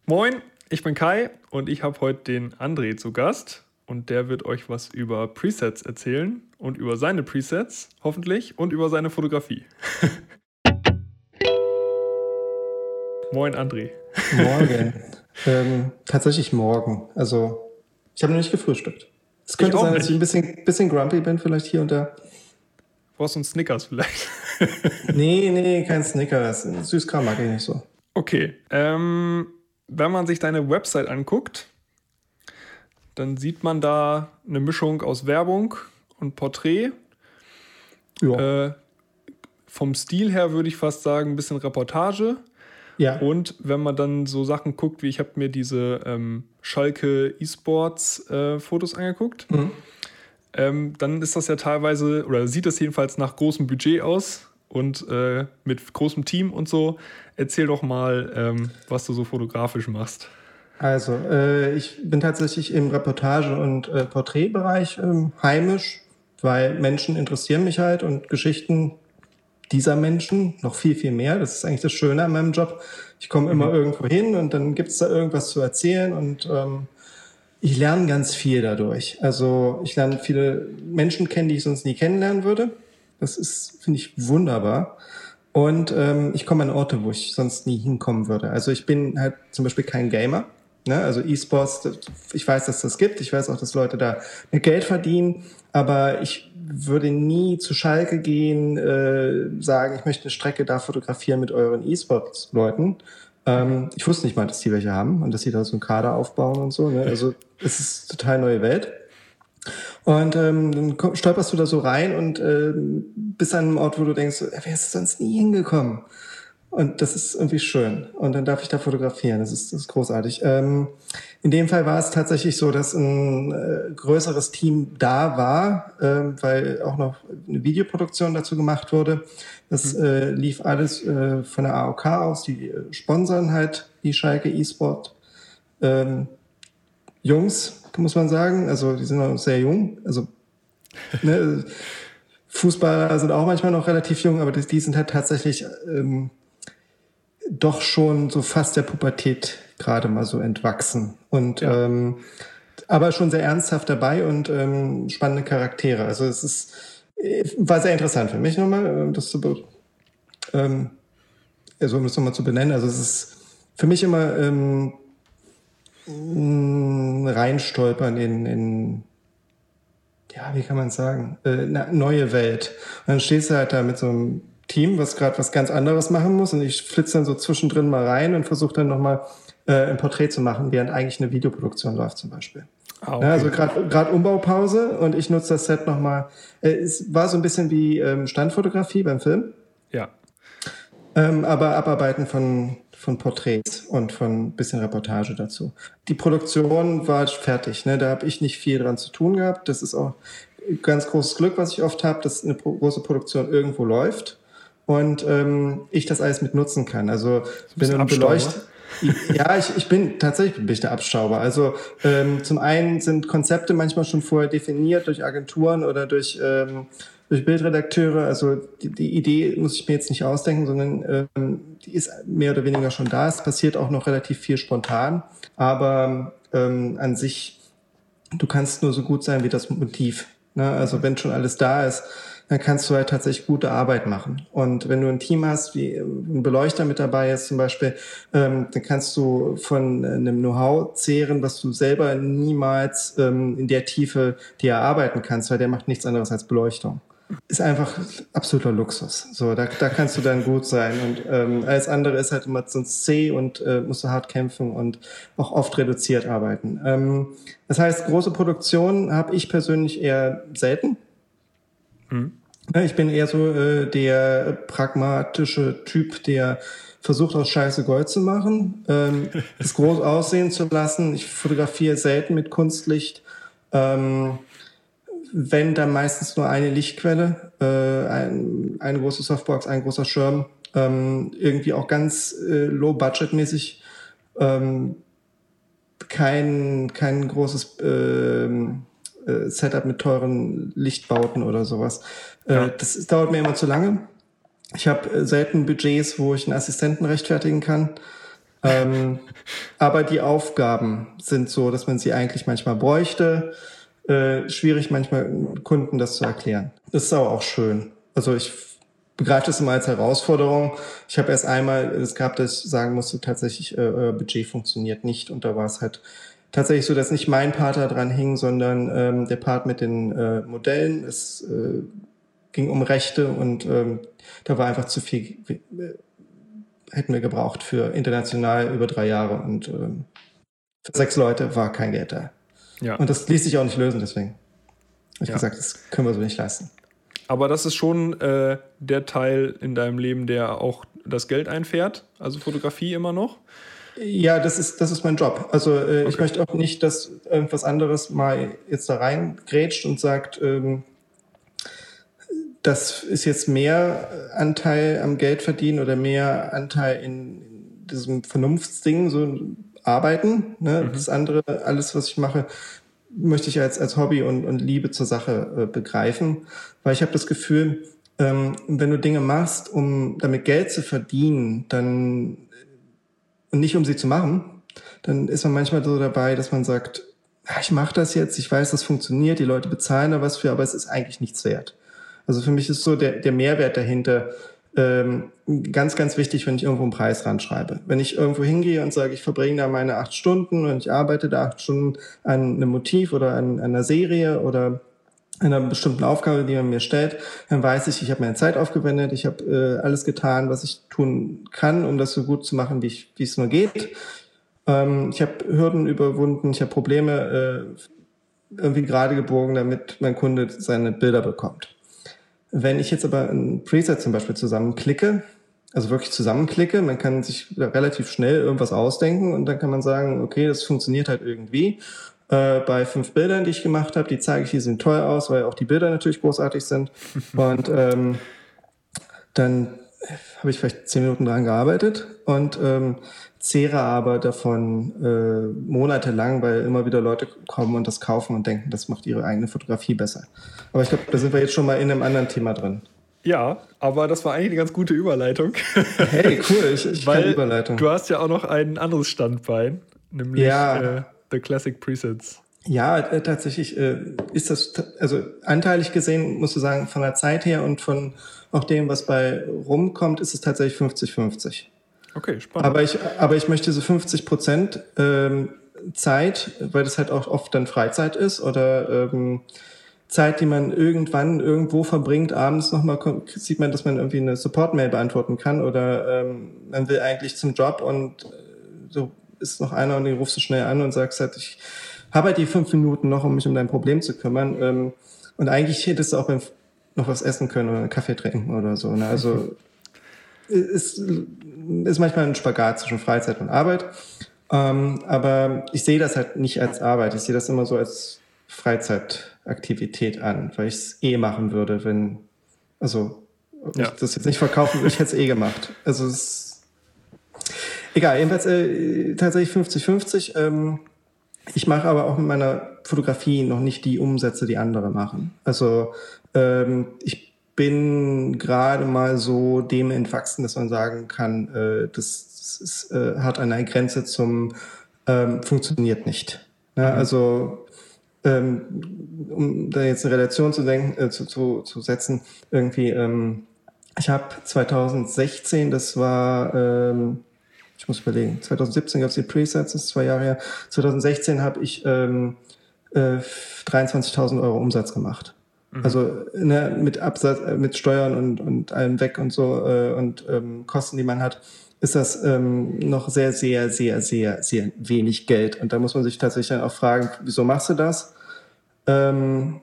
Moin, ich bin Kai und ich habe heute den André zu Gast und der wird euch was über Presets erzählen und über seine Presets, hoffentlich, und über seine Fotografie. Moin, André. Morgen. Tatsächlich morgen. Also, ich habe noch nicht gefrühstückt. Es Ich könnte auch sein, dass ich nicht. ein bisschen grumpy bin, vielleicht hier und da. Brauchst du einen Snickers vielleicht? Nee, kein Snickers. Süßkram mag ich nicht so. Okay, wenn man sich deine Website anguckt, dann sieht man da eine Mischung aus Werbung und Porträt. Ja. Vom Stil her würde ich fast sagen, ein bisschen Reportage. Ja. Und wenn man dann so Sachen guckt, wie ich habe mir diese Schalke E-Sports Fotos angeguckt, Mhm. dann ist das ja teilweise, oder sieht das jedenfalls nach großem Budget aus und mit großem Team und so. Erzähl doch mal, was du so fotografisch machst. Also, ich bin tatsächlich im Reportage- und Porträtbereich heimisch, weil Menschen interessieren mich halt und Geschichten dieser Menschen noch viel, viel mehr. Das ist eigentlich das Schöne an meinem Job. Ich komme immer irgendwo hin und dann gibt es da irgendwas zu erzählen und ich lerne ganz viel dadurch. Also ich lerne viele Menschen kennen, die ich sonst nie kennenlernen würde. Das ist, finde ich, wunderbar. Und ich komme an Orte, wo ich sonst nie hinkommen würde. Also ich bin halt zum Beispiel kein Gamer. Ne? Also E-Sports, ich weiß, dass das gibt. Ich weiß auch, dass Leute da mit Geld verdienen. Aber ich würde nie zu Schalke gehen, sagen, ich möchte eine Strecke da fotografieren mit euren E-Sports-Leuten. Ich wusste nicht mal, dass die welche haben und dass sie da so einen Kader aufbauen und so. Ne? Also es ist total neue Welt. Und dann stolperst du da so rein und bist an einem Ort, wo du denkst, so, wer ist sonst nie hingekommen? Und das ist irgendwie schön. Und dann darf ich da fotografieren. Das ist großartig. In dem Fall war es tatsächlich so, dass ein größeres Team da war, weil auch noch eine Videoproduktion dazu gemacht wurde. Das lief alles von der AOK aus. Die sponsern halt die Schalke E-Sport Jungs, muss man sagen. Also die sind noch sehr jung. Also ne, Fußballer sind auch manchmal noch relativ jung, aber die sind halt tatsächlich doch schon so fast der Pubertät gerade mal so entwachsen. Und Ja. aber schon sehr ernsthaft dabei und spannende Charaktere. Also es ist war sehr interessant für mich nochmal, das zu also um das nochmal zu benennen. Also es ist für mich immer reinstolpern in ja, wie kann man sagen, eine neue Welt. Und dann stehst du halt da mit so einem Team, was gerade was ganz anderes machen muss und ich flitze dann so zwischendrin mal rein und versuche dann nochmal ein Porträt zu machen, während eigentlich eine Videoproduktion läuft zum Beispiel. Ah, Ja, also okay. gerade Umbaupause und ich nutze das Set nochmal. Es war so ein bisschen wie Standfotografie beim Film, Ja. aber Abarbeiten von Porträts und von ein bisschen Reportage dazu. Die Produktion war fertig, ne? Da habe ich nicht viel dran zu tun gehabt. Das ist auch ein ganz großes Glück, was ich oft habe, dass eine große Produktion irgendwo läuft und ich das alles mit nutzen kann. Also So ein wenn du bisschen ein Abstauber. ja, ich bin tatsächlich bin ich der Abstauber. Also zum einen sind Konzepte manchmal schon vorher definiert durch Agenturen oder durch Bildredakteure. Also die Idee muss ich mir jetzt nicht ausdenken, sondern die ist mehr oder weniger schon da. Es passiert auch noch relativ viel spontan, aber an sich, du kannst nur so gut sein wie das Motiv. Ne? Also wenn schon alles da ist, dann kannst du halt tatsächlich gute Arbeit machen. Und wenn du ein Team hast, wie ein Beleuchter mit dabei ist zum Beispiel, dann kannst du von einem Know-how zehren, was du selber niemals in der Tiefe dir erarbeiten kannst, weil der macht nichts anderes als Beleuchtung. Ist einfach absoluter Luxus. So, da kannst du dann gut sein. Und alles andere ist halt immer sonst zäh und musst du hart kämpfen und auch oft reduziert arbeiten. Das heißt, große Produktionen habe ich persönlich eher selten. Ich bin eher so der pragmatische Typ, der versucht aus Scheiße Gold zu machen, es groß aussehen zu lassen. Ich fotografiere selten mit Kunstlicht. Wenn, dann meistens nur eine Lichtquelle, eine große Softbox, ein großer Schirm, irgendwie auch ganz low-budget-mäßig, kein großes Setup mit teuren Lichtbauten oder sowas. Ja. Das dauert mir immer zu lange. Ich habe selten Budgets, wo ich einen Assistenten rechtfertigen kann. Aber die Aufgaben sind so, dass man sie eigentlich manchmal bräuchte. Schwierig manchmal Kunden das zu erklären. Das ist aber auch schön. Also ich begreife das immer als Herausforderung. Ich habe erst einmal es gehabt, dass ich sagen musste, tatsächlich euer Budget funktioniert nicht. Und da war es halt tatsächlich so, dass nicht mein Part da dran hing, sondern der Part mit den Modellen. Es ging um Rechte und da war einfach zu viel, hätten wir gebraucht für international über 3 Jahre und für 6 Leute war kein Geld da. Ja. Und das ließ sich auch nicht lösen, deswegen habe ich gesagt, das können wir so nicht leisten. Aber das ist schon der Teil in deinem Leben, der auch das Geld einfährt, also Fotografie immer noch? Ja, das ist mein Job. Also okay. Ich möchte auch nicht, dass irgendwas anderes mal jetzt da reingrätscht und sagt, das ist jetzt mehr Anteil am Geld verdienen oder mehr Anteil in diesem Vernunftsding, so arbeiten. Ne? Das andere, alles, was ich mache, möchte ich als Hobby und Liebe zur Sache begreifen. Weil ich habe das Gefühl, wenn du Dinge machst, um damit Geld zu verdienen, dann und nicht um sie zu machen, dann ist man manchmal so dabei, dass man sagt, ich mache das jetzt, ich weiß, das funktioniert, die Leute bezahlen da was für, aber es ist eigentlich nichts wert. Also für mich ist so der Mehrwert dahinter ganz, ganz wichtig, wenn ich irgendwo einen Preis ranschreibe. Wenn ich irgendwo hingehe und sage, ich verbringe da meine 8 Stunden und ich arbeite da 8 Stunden an einem Motiv oder an einer Serie oder einer bestimmten Aufgabe, die man mir stellt, dann weiß ich habe meine Zeit aufgewendet, ich habe alles getan, was ich tun kann, um das so gut zu machen, wie es nur geht. Ich habe Hürden überwunden, ich habe Probleme irgendwie gerade gebogen, damit mein Kunde seine Bilder bekommt. Wenn ich jetzt aber ein Preset zum Beispiel zusammenklicke, also wirklich zusammenklicke, man kann sich relativ schnell irgendwas ausdenken und dann kann man sagen, okay, das funktioniert halt irgendwie. Bei 5 Bildern, die ich gemacht habe, die zeige ich, die sehen toll aus, weil auch die Bilder natürlich großartig sind. Und dann habe ich vielleicht 10 Minuten dran gearbeitet und zehre aber davon monatelang, weil immer wieder Leute kommen und das kaufen und denken, das macht ihre eigene Fotografie besser. Aber ich glaube, da sind wir jetzt schon mal in einem anderen Thema drin. Ja, aber das war eigentlich eine ganz gute Überleitung. Hey, cool, ich kann Überleitung. Du hast ja auch noch ein anderes Standbein, nämlich The Classic Presets. Ja, tatsächlich ist das, also anteilig gesehen, musst du sagen, von der Zeit her und von auch dem, was bei rumkommt, ist es tatsächlich 50-50. Okay, spannend. Aber ich möchte so 50% Zeit, weil das halt auch oft dann Freizeit ist oder Zeit, die man irgendwann irgendwo verbringt, abends nochmal sieht man, dass man irgendwie eine Support-Mail beantworten kann oder man will eigentlich zum Job und so ist noch einer und den rufst du schnell an und sagst halt, ich habe halt die 5 Minuten noch, um mich um dein Problem zu kümmern und eigentlich hättest du auch noch was essen können oder einen Kaffee trinken oder so. Ne? Also ist manchmal ein Spagat zwischen Freizeit und Arbeit, aber ich sehe das halt nicht als Arbeit, ich sehe das immer so als Freizeitaktivität an, weil ich es machen würde, wenn, ich das jetzt nicht verkaufen würde, ich hätte es gemacht. Also es ist egal, jedenfalls tatsächlich 50-50. Ich mache aber auch mit meiner Fotografie noch nicht die Umsätze, die andere machen. Also ich bin gerade mal so dem entwachsen, dass man sagen kann, das hat eine Grenze zum funktioniert nicht. Ja, also um da jetzt eine Relation zu denken, zu setzen, irgendwie, ich habe 2016, das war, ich muss überlegen, 2017 gab es die Presets, das ist 2 Jahre her, 2016 habe ich 23.000 Euro Umsatz gemacht. Also mit Absatz, mit Steuern und allem weg und so und Kosten, die man hat, ist das noch sehr, sehr, sehr, sehr, sehr wenig Geld. Und da muss man sich tatsächlich dann auch fragen, wieso machst du das? Weil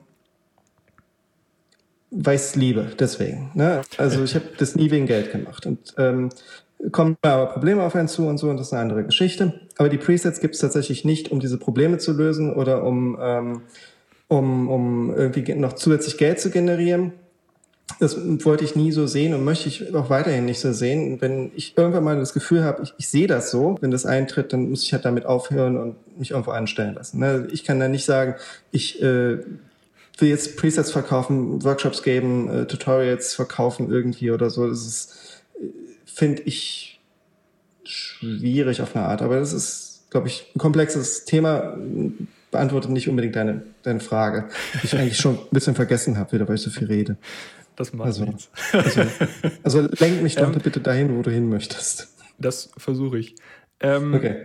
ich es liebe, deswegen. Ne? Also ich habe das nie wegen Geld gemacht. Und kommen aber Probleme auf einen zu und so, und das ist eine andere Geschichte. Aber die Presets gibt es tatsächlich nicht, um diese Probleme zu lösen oder um irgendwie noch zusätzlich Geld zu generieren. Das wollte ich nie so sehen und möchte ich auch weiterhin nicht so sehen. Wenn ich irgendwann mal das Gefühl habe, ich sehe das so, wenn das eintritt, dann muss ich halt damit aufhören und mich irgendwo anstellen lassen. Ich kann da nicht sagen, ich will jetzt Presets verkaufen, Workshops geben, Tutorials verkaufen irgendwie oder so. Das ist, finde ich, schwierig auf eine Art. Aber das ist, glaube ich, ein komplexes Thema, beantwortet nicht unbedingt deine Frage, die ich eigentlich schon ein bisschen vergessen habe, wieder, weil ich so viel rede. Das macht nichts. Also lenk mich doch bitte dahin, wo du hin möchtest. Das versuche ich. Okay.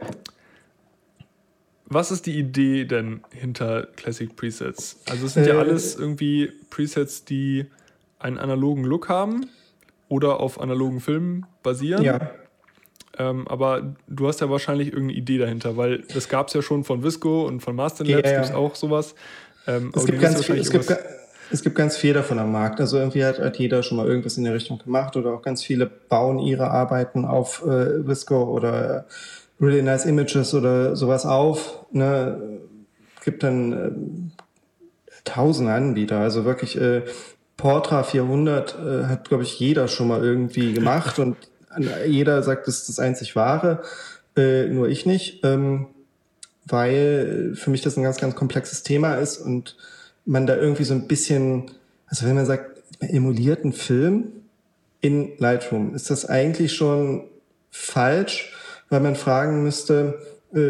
Was ist die Idee denn hinter Classic Presets? Also es sind ja alles irgendwie Presets, die einen analogen Look haben oder auf analogen Filmen basieren. Ja. Aber du hast ja wahrscheinlich irgendeine Idee dahinter, weil das gab es ja schon von Visco und von Master Labs, gibt es auch sowas. Es gibt ganz viel davon am Markt. Also irgendwie hat jeder schon mal irgendwas in der Richtung gemacht oder auch ganz viele bauen ihre Arbeiten auf Visco oder Really Nice Images oder sowas auf. Ne? Gibt dann tausende Anbieter. Also wirklich Portra 400 hat, glaube ich, jeder schon mal irgendwie gemacht und jeder sagt, das ist das einzig Wahre, nur ich nicht, weil für mich das ein ganz, ganz komplexes Thema ist und man da irgendwie so ein bisschen, also wenn man sagt, man emuliert einen Film in Lightroom, ist das eigentlich schon falsch, weil man fragen müsste,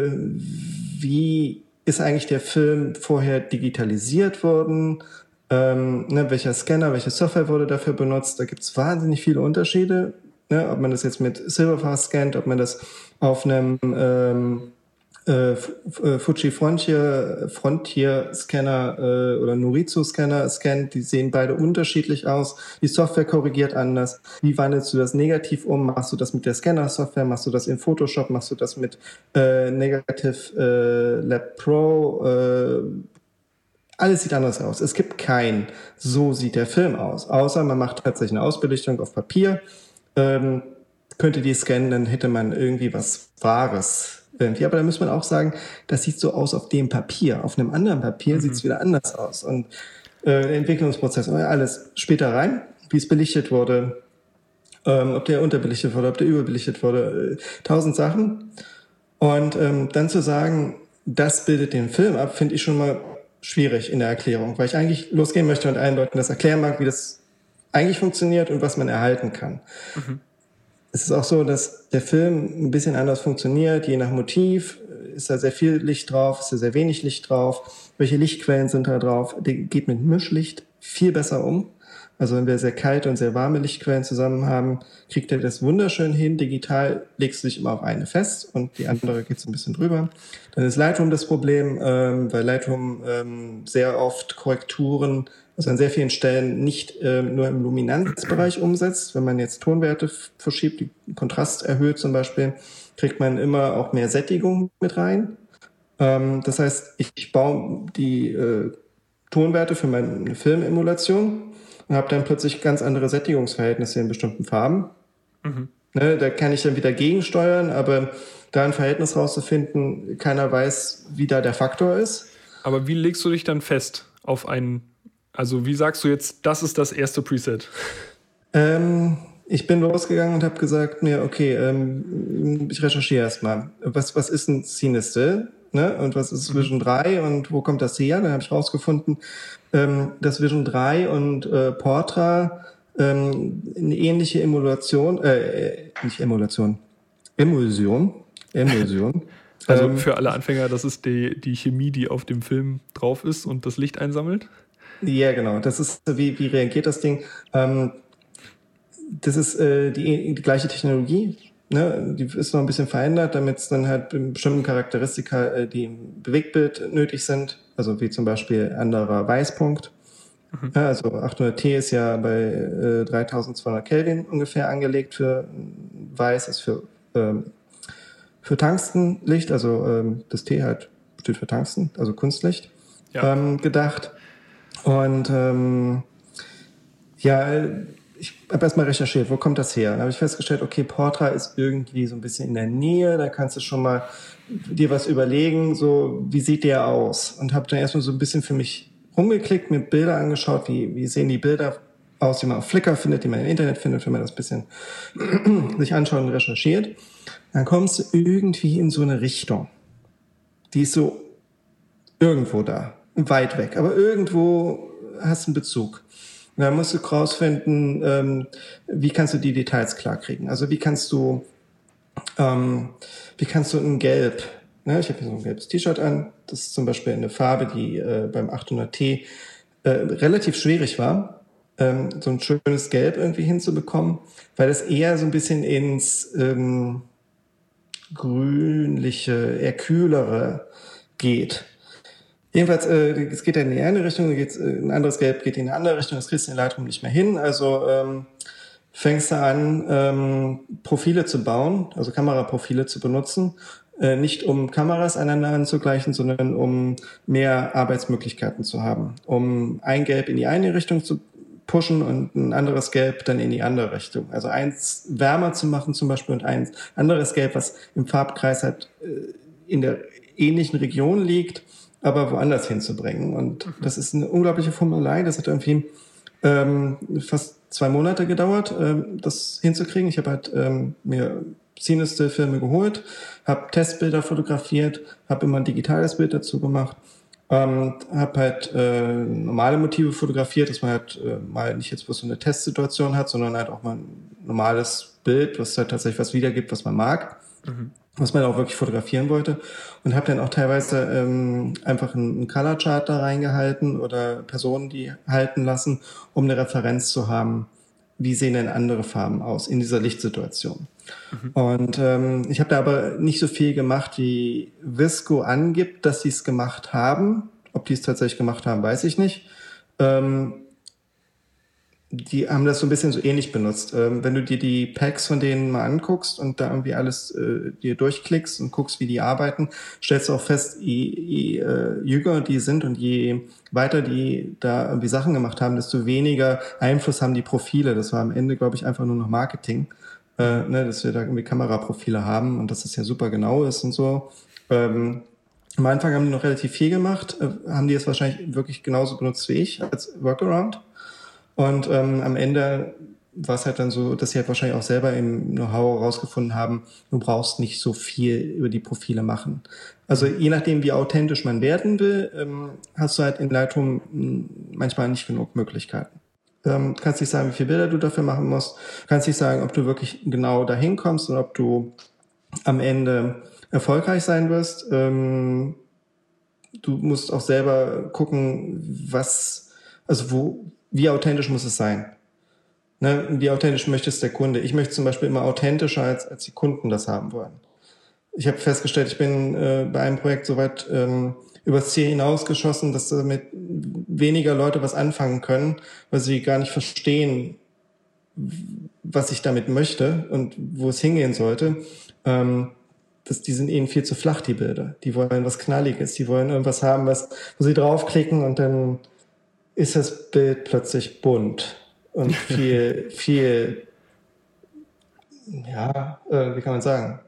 wie ist eigentlich der Film vorher digitalisiert worden, welcher Scanner, welche Software wurde dafür benutzt, da gibt es wahnsinnig viele Unterschiede. Ne, ob man das jetzt mit Silverfast scannt, ob man das auf einem Fuji Frontier Scanner oder Norizu Scanner scannt, die sehen beide unterschiedlich aus. Die Software korrigiert anders. Wie wandelst du das negativ um? Machst du das mit der Scanner-Software? Machst du das in Photoshop? Machst du das mit Negative Lab Pro? Alles sieht anders aus. Es gibt kein, so sieht der Film aus. Außer man macht tatsächlich eine Ausbelichtung auf Papier. Könnte die scannen, dann hätte man irgendwie was Wahres. Irgendwie. Aber da muss man auch sagen, das sieht so aus auf dem Papier. Auf einem anderen Papier sieht es wieder anders aus. Und der Entwicklungsprozess, alles später rein, wie es belichtet wurde, ob der unterbelichtet wurde, ob der überbelichtet wurde, 1000 Sachen. Und dann zu sagen, das bildet den Film ab, finde ich schon mal schwierig in der Erklärung, weil ich eigentlich losgehen möchte und allen Leuten das erklären mag, wie das eigentlich funktioniert und was man erhalten kann. Mhm. Es ist auch so, dass der Film ein bisschen anders funktioniert, je nach Motiv. Ist da sehr viel Licht drauf, ist da sehr wenig Licht drauf? Welche Lichtquellen sind da drauf? Der geht mit Mischlicht viel besser um. Also wenn wir sehr kalte und sehr warme Lichtquellen zusammen haben, kriegt er das wunderschön hin. Digital legst du dich immer auf eine fest und die andere geht so ein bisschen drüber. Dann ist Lightroom das Problem, weil Lightroom sehr oft Korrekturen, also an sehr vielen Stellen nicht nur im Luminanzbereich umsetzt. Wenn man jetzt Tonwerte verschiebt, die Kontrast erhöht zum Beispiel, kriegt man immer auch mehr Sättigung mit rein. Das heißt, ich baue die Tonwerte für meine Filmemulation und habe dann plötzlich ganz andere Sättigungsverhältnisse in bestimmten Farben. Mhm. Ne, da kann ich dann wieder gegensteuern, aber da ein Verhältnis rauszufinden, keiner weiß, wie da der Faktor ist. Aber wie legst du dich dann fest auf einen, also wie sagst du jetzt, das ist das erste Preset? Ich bin losgegangen und habe gesagt mir, okay, ich recherchiere erstmal, was ist ein Scene Still, ne? Und was ist Vision 3 und wo kommt das her? Dann habe ich rausgefunden, dass Vision 3 und Portra eine ähnliche Emulsion. Also für alle Anfänger, das ist die Chemie, die auf dem Film drauf ist und das Licht einsammelt? Ja, genau. Das ist, wie reagiert das Ding? Das ist die gleiche Technologie. Ne? Die ist noch ein bisschen verändert, damit es dann halt in bestimmten Charakteristika, die im Bewegtbild nötig sind, also wie zum Beispiel anderer Weißpunkt. Mhm. Ja, also 800T ist ja bei 3200 Kelvin ungefähr angelegt für Weiß, ist für Tungstenlicht, also das T halt steht für Tungsten, also Kunstlicht, gedacht. Und ich habe erstmal recherchiert, wo kommt das her? Dann habe ich festgestellt, okay, Portra ist irgendwie so ein bisschen in der Nähe, da kannst du schon mal dir was überlegen, so wie sieht der aus? Und habe dann erstmal so ein bisschen für mich rumgeklickt, mir Bilder angeschaut, wie sehen die Bilder aus, die man auf Flickr findet, die man im Internet findet, wenn man das ein bisschen sich anschaut und recherchiert. Dann kommst du irgendwie in so eine Richtung. Die ist so irgendwo da, weit weg, aber irgendwo hast du einen Bezug. Und dann musst du rausfinden, wie kannst du die Details klarkriegen. Also wie kannst du Wie kannst du in Gelb, ne, ich habe hier so ein gelbes T-Shirt an, das ist zum Beispiel eine Farbe, die beim 800T relativ schwierig war, so ein schönes Gelb irgendwie hinzubekommen, weil es eher so ein bisschen ins grünliche, eher kühlere geht. Jedenfalls, es geht ja in die eine Richtung, ein anderes Gelb geht in eine andere Richtung, das kriegst du in Lightroom nicht mehr hin. Also fängst du an, Profile zu bauen, also Kameraprofile zu benutzen, nicht um Kameras einander anzugleichen, sondern um mehr Arbeitsmöglichkeiten zu haben, um ein Gelb in die eine Richtung zu pushen und ein anderes Gelb dann in die andere Richtung. Also eins wärmer zu machen zum Beispiel und ein anderes Gelb, was im Farbkreis halt in der ähnlichen Region liegt, aber woanders hinzubringen. Und das ist eine unglaubliche Formelei. Das hat irgendwie fast 2 Monate gedauert, das hinzukriegen. Ich habe halt mir Cine-Still-Filme geholt, habe Testbilder fotografiert, habe immer ein digitales Bild dazu gemacht, habe halt normale Motive fotografiert, dass man halt mal nicht jetzt bloß so eine Testsituation hat, sondern halt auch mal ein normales Bild, was halt tatsächlich was wiedergibt, was man mag. Was man auch wirklich fotografieren wollte, und habe dann auch teilweise einfach einen Color Chart da reingehalten oder Personen die halten lassen, um eine Referenz zu haben, wie sehen denn andere Farben aus in dieser Lichtsituation. Und ich habe da aber nicht so viel gemacht, wie Visco angibt, dass sie es gemacht haben. Ob die es tatsächlich gemacht haben, weiß ich nicht. Die haben das so ein bisschen so ähnlich benutzt. Wenn du dir die Packs von denen mal anguckst und da irgendwie alles dir durchklickst und guckst, wie die arbeiten, stellst du auch fest, je jünger die sind und je weiter die da irgendwie Sachen gemacht haben, desto weniger Einfluss haben die Profile. Das war am Ende, glaube ich, einfach nur noch Marketing, dass wir da irgendwie Kameraprofile haben und dass das ja super genau ist und so. Am Anfang haben die noch relativ viel gemacht, haben die es wahrscheinlich wirklich genauso benutzt wie ich als Workaround. Und am Ende war es halt dann so, dass sie halt wahrscheinlich auch selber im Know-how rausgefunden haben, du brauchst nicht so viel über die Profile machen. Also je nachdem, wie authentisch man werden will, hast du halt in Lightroom manchmal nicht genug Möglichkeiten. Kannst nicht sagen, wie viele Bilder du dafür machen musst. Kannst nicht sagen, ob du wirklich genau dahin kommst und ob du am Ende erfolgreich sein wirst. Du musst auch selber gucken, wie authentisch muss es sein? Ne? Wie authentisch möchte es der Kunde? Ich möchte zum Beispiel immer authentischer, als die Kunden das haben wollen. Ich habe festgestellt, ich bin bei einem Projekt so weit übers Ziel hinausgeschossen, dass damit weniger Leute was anfangen können, weil sie gar nicht verstehen, was ich damit möchte und wo es hingehen sollte. Die sind ihnen viel zu flach, die Bilder. Die wollen was Knalliges, die wollen irgendwas haben, wo sie draufklicken und dann ist das Bild plötzlich bunt und viel, ja, wie kann man sagen,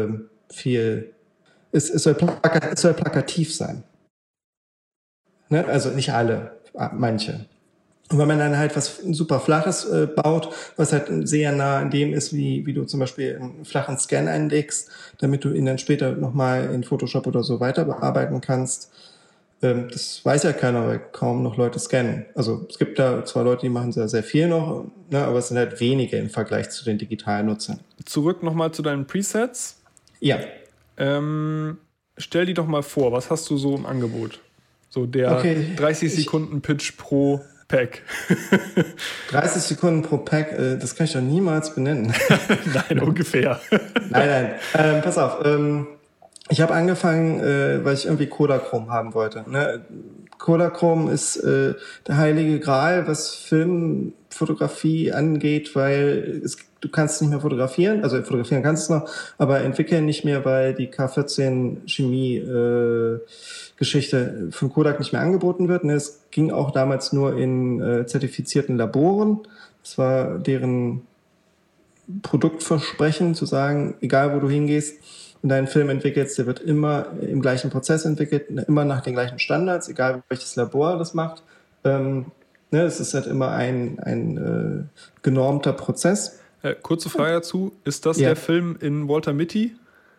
es soll plakativ sein. Ne? Also nicht alle, manche. Und wenn man dann halt was super Flaches baut, was halt sehr nah an dem ist, wie du zum Beispiel einen flachen Scan einlegst, damit du ihn dann später nochmal in Photoshop oder so weiter bearbeiten kannst, das weiß ja keiner, weil kaum noch Leute scannen. Also es gibt da zwar Leute, die machen sehr, sehr viel noch, ne, aber es sind halt wenige im Vergleich zu den digitalen Nutzern. Zurück nochmal zu deinen Presets. Ja. Stell die doch mal vor, was hast du so im Angebot? So der 30 Sekunden Pitch pro Pack. 30 Sekunden pro Pack, das kann ich doch niemals benennen. Nein, ungefähr. Nein. Pass auf. Ich habe angefangen, weil ich irgendwie Kodachrom haben wollte. Ne? Kodachrom ist der heilige Gral, was Filmfotografie angeht, weil du kannst nicht mehr fotografieren, also fotografieren kannst du noch, aber entwickeln nicht mehr, weil die K14 Chemie Geschichte von Kodak nicht mehr angeboten wird. Ne? Es ging auch damals nur in zertifizierten Laboren. Das war deren Produktversprechen, zu sagen, egal wo du hingehst und deinen Film entwickelst, der wird immer im gleichen Prozess entwickelt, immer nach den gleichen Standards, egal welches Labor das macht. Es ist halt immer ein genormter Prozess. Kurze Frage dazu, ist das der Film in Walter Mitty?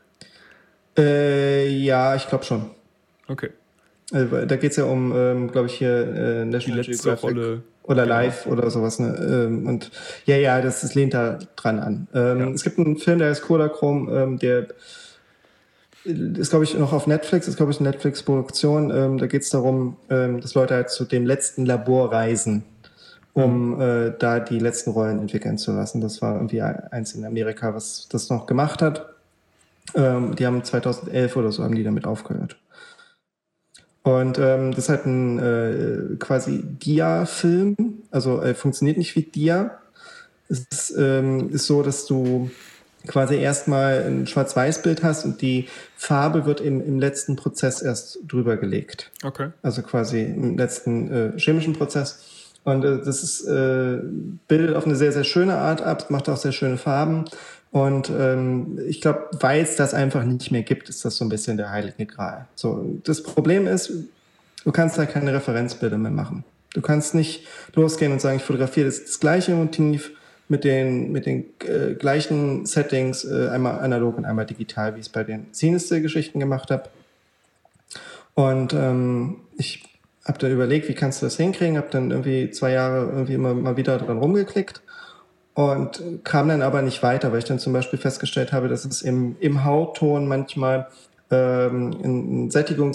Ja, ich glaube schon. Okay. Also, da geht es ja um, glaube ich, hier National Die letzte Geographic. Rolle. oder Live oder sowas. Ne? Und ja, das lehnt da dran an. Es gibt einen Film, der heißt Kodachrom, der ist, glaube ich, noch auf Netflix, ist, glaube ich, eine Netflix-Produktion. Da geht es darum, dass Leute halt zu dem letzten Labor reisen, um da die letzten Rollen entwickeln zu lassen. Das war irgendwie eins in Amerika, was das noch gemacht hat. Die haben 2011 oder so haben die damit aufgehört. Und das ist halt ein quasi Dia-Film, also funktioniert nicht wie Dia. Es ist so, dass du quasi erstmal ein Schwarz-Weiß-Bild hast und die Farbe wird im letzten Prozess erst drüber gelegt. Okay. Also quasi im letzten chemischen Prozess. Und das ist bildet auf eine sehr, sehr schöne Art ab, macht auch sehr schöne Farben. Und ich glaube, weil es das einfach nicht mehr gibt, ist das so ein bisschen der heilige Gral. So, das Problem ist, du kannst da keine Referenzbilder mehr machen. Du kannst nicht losgehen und sagen, ich fotografiere das gleiche Motiv mit den gleichen Settings, einmal analog und einmal digital, wie ich es bei den Sinister-Geschichten gemacht habe. Und ich habe dann überlegt, wie kannst du das hinkriegen, habe dann irgendwie 2 Jahre irgendwie immer mal wieder dran rumgeklickt und kam dann aber nicht weiter, weil ich dann zum Beispiel festgestellt habe, dass es im Hautton manchmal in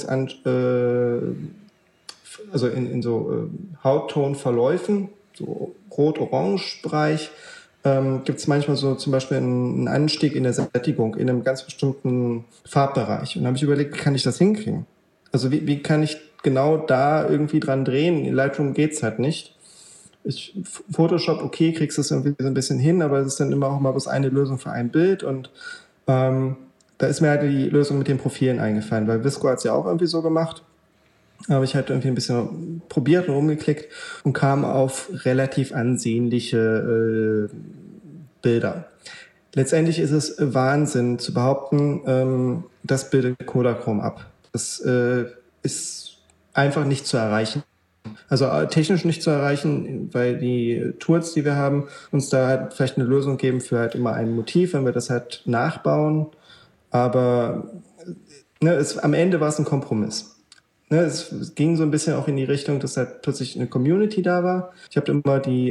also in so Hauttonverläufen, so Rot-Orange-Bereich, gibt es manchmal so zum Beispiel einen Anstieg in der Sättigung in einem ganz bestimmten Farbbereich. Und dann habe ich überlegt, wie kann ich das hinkriegen? Also wie kann ich genau da irgendwie dran drehen? In Lightroom geht's halt nicht. Photoshop, okay, kriegst du es irgendwie so ein bisschen hin, aber es ist dann immer auch mal bloß eine Lösung für ein Bild. Und da ist mir halt die Lösung mit den Profilen eingefallen, weil Visco hat es ja auch irgendwie so gemacht. Da habe ich halt irgendwie ein bisschen probiert und rumgeklickt und kam auf relativ ansehnliche Bilder. Letztendlich ist es Wahnsinn zu behaupten, das bildet Kodachrom ab. Das ist einfach nicht zu erreichen. Also technisch nicht zu erreichen, weil die Tools, die wir haben, uns da halt vielleicht eine Lösung geben für halt immer ein Motiv, wenn wir das halt nachbauen. Aber am Ende war es ein Kompromiss. Es ging so ein bisschen auch in die Richtung, dass halt plötzlich eine Community da war. Ich habe immer die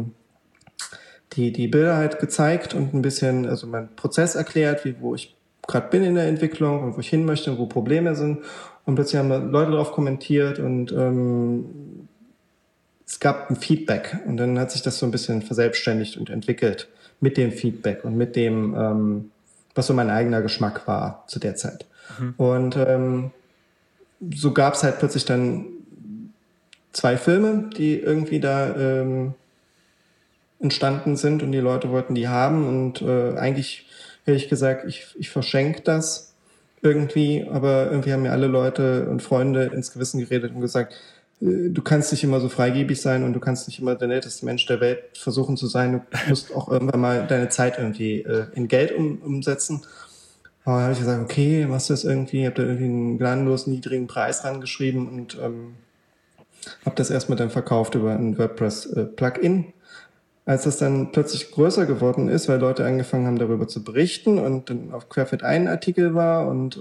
Bilder halt gezeigt und ein bisschen, also meinen Prozess erklärt, wo ich gerade bin in der Entwicklung und wo ich hin möchte und wo Probleme sind. Und plötzlich haben Leute darauf kommentiert und es gab ein Feedback. Und dann hat sich das so ein bisschen verselbstständigt und entwickelt mit dem Feedback und mit dem, was so mein eigener Geschmack war zu der Zeit. Und so gab es halt plötzlich dann 2 Filme, die irgendwie da entstanden sind und die Leute wollten die haben und eigentlich hätte ich gesagt, ich verschenke das irgendwie, aber irgendwie haben mir alle Leute und Freunde ins Gewissen geredet und gesagt, du kannst nicht immer so freigebig sein und du kannst nicht immer der netteste Mensch der Welt versuchen zu sein, du musst auch irgendwann mal deine Zeit irgendwie in Geld umsetzen. Aber dann habe ich gesagt, okay, machst du das irgendwie, habe da irgendwie einen gnadenlos niedrigen Preis rangeschrieben und habe das erstmal dann verkauft über ein WordPress-Plugin. Als das dann plötzlich größer geworden ist, weil Leute angefangen haben, darüber zu berichten und dann auf Querfeld ein Artikel war und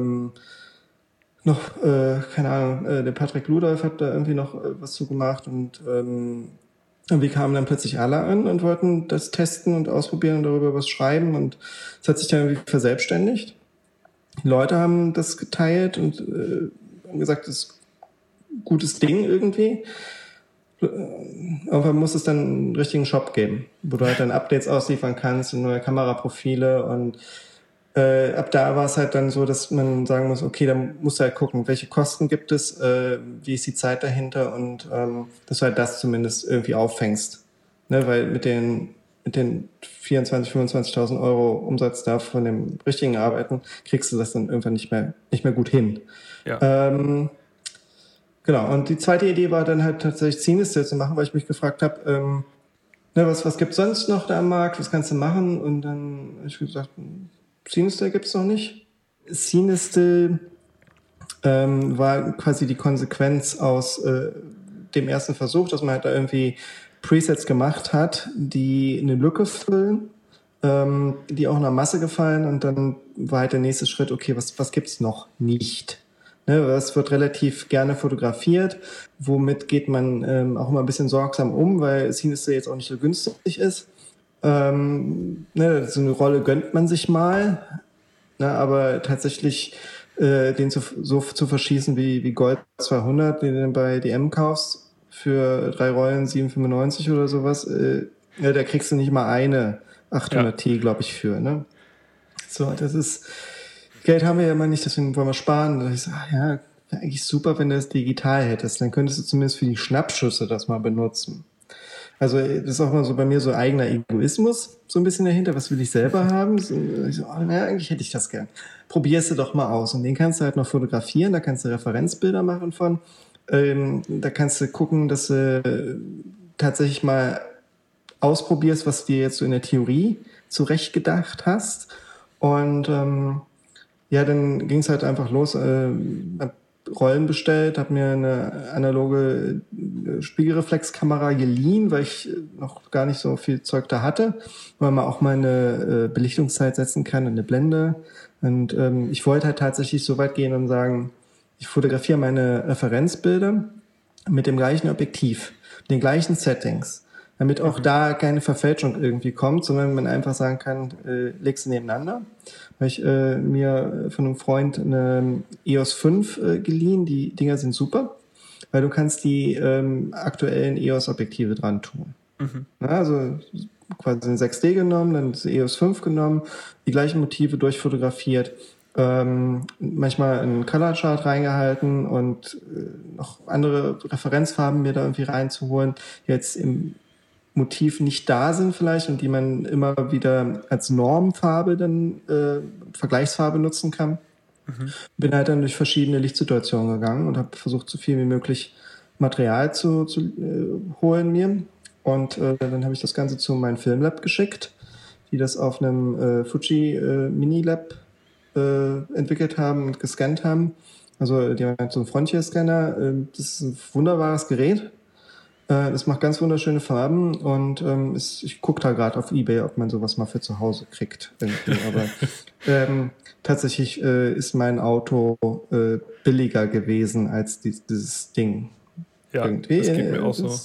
keine Ahnung, der Patrick Ludolf hat da irgendwie noch was zu gemacht und irgendwie kamen dann plötzlich alle an und wollten das testen und ausprobieren und darüber was schreiben und es hat sich dann irgendwie verselbstständigt. Die Leute haben das geteilt und haben gesagt, das ist ein gutes Ding irgendwie. Irgendwann muss es dann einen richtigen Shop geben, wo du halt dann Updates ausliefern kannst und neue Kameraprofile und ab da war es halt dann so, dass man sagen muss, okay, dann musst du halt gucken, welche Kosten gibt es, wie ist die Zeit dahinter und dass du halt das zumindest irgendwie auffängst. Ne, weil mit den 24.000, 25.000 Euro Umsatz da von dem richtigen Arbeiten kriegst du das dann irgendwann nicht mehr gut hin. Ja. Genau, und die zweite Idee war dann halt tatsächlich Sinister zu machen, weil ich mich gefragt habe, was gibt es sonst noch da am Markt, was kannst du machen? Und dann habe ich gesagt, Sinister gibt es noch nicht. Sinister war quasi die Konsequenz aus dem ersten Versuch, dass man halt da irgendwie Presets gemacht hat, die eine Lücke füllen, die auch einer Masse gefallen und dann war halt der nächste Schritt, okay, was gibt's noch nicht? Ne, das wird relativ gerne fotografiert. Womit geht man auch immer ein bisschen sorgsam um, weil Cineste jetzt auch nicht so günstig ist. Ne, so eine Rolle gönnt man sich mal, ne, aber tatsächlich den so zu verschießen wie Gold 200, den du bei DM kaufst für 3 Rollen 7,95 oder sowas, ja, da kriegst du nicht mal eine 800T, glaube ich, für. Ne? So, das ist, Geld haben wir ja immer nicht, deswegen wollen wir sparen. Da ich so, ja, wäre eigentlich super, wenn du das digital hättest. Dann könntest du zumindest für die Schnappschüsse das mal benutzen. Also das ist auch mal so bei mir so eigener Egoismus so ein bisschen dahinter. Was will ich selber haben? So, ich so, naja, eigentlich hätte ich das gern. Probierst du doch mal aus. Und den kannst du halt noch fotografieren. Da kannst du Referenzbilder machen von. Da kannst du gucken, dass du tatsächlich mal ausprobierst, was dir jetzt so in der Theorie zurechtgedacht hast. Und ja, dann ging es halt einfach los. Hab Rollen bestellt, habe mir eine analoge Spiegelreflexkamera geliehen, weil ich noch gar nicht so viel Zeug da hatte, weil man auch mal eine Belichtungszeit setzen kann, eine Blende. Und ich wollte halt tatsächlich so weit gehen und sagen, ich fotografiere meine Referenzbilder mit dem gleichen Objektiv, den gleichen Settings, damit auch da keine Verfälschung irgendwie kommt, sondern man einfach sagen kann, leg sie nebeneinander. Weil ich mir von einem Freund eine EOS 5 geliehen. Die Dinger sind super, weil du kannst die aktuellen EOS-Objektive dran tun. Ja, also quasi eine 6D genommen, dann das EOS 5 genommen, die gleichen Motive durchfotografiert, manchmal einen Color Chart reingehalten und noch andere Referenzfarben mir da irgendwie reinzuholen. Jetzt im Motiv nicht da sind vielleicht und die man immer wieder als Normfarbe dann Vergleichsfarbe nutzen kann. Bin halt dann durch verschiedene Lichtsituationen gegangen und habe versucht, so viel wie möglich Material zu holen mir. Und dann habe ich das Ganze zu meinem Filmlab geschickt, die das auf einem Fuji Mini-Lab entwickelt haben und gescannt haben. Also die haben halt so einen Frontier-Scanner. Das ist ein wunderbares Gerät. Das macht ganz wunderschöne Farben und ich gucke da gerade auf eBay, ob man sowas mal für zu Hause kriegt. Aber tatsächlich ist mein Auto billiger gewesen als dieses Ding. Ja, irgendwie. Das geht mir auch so.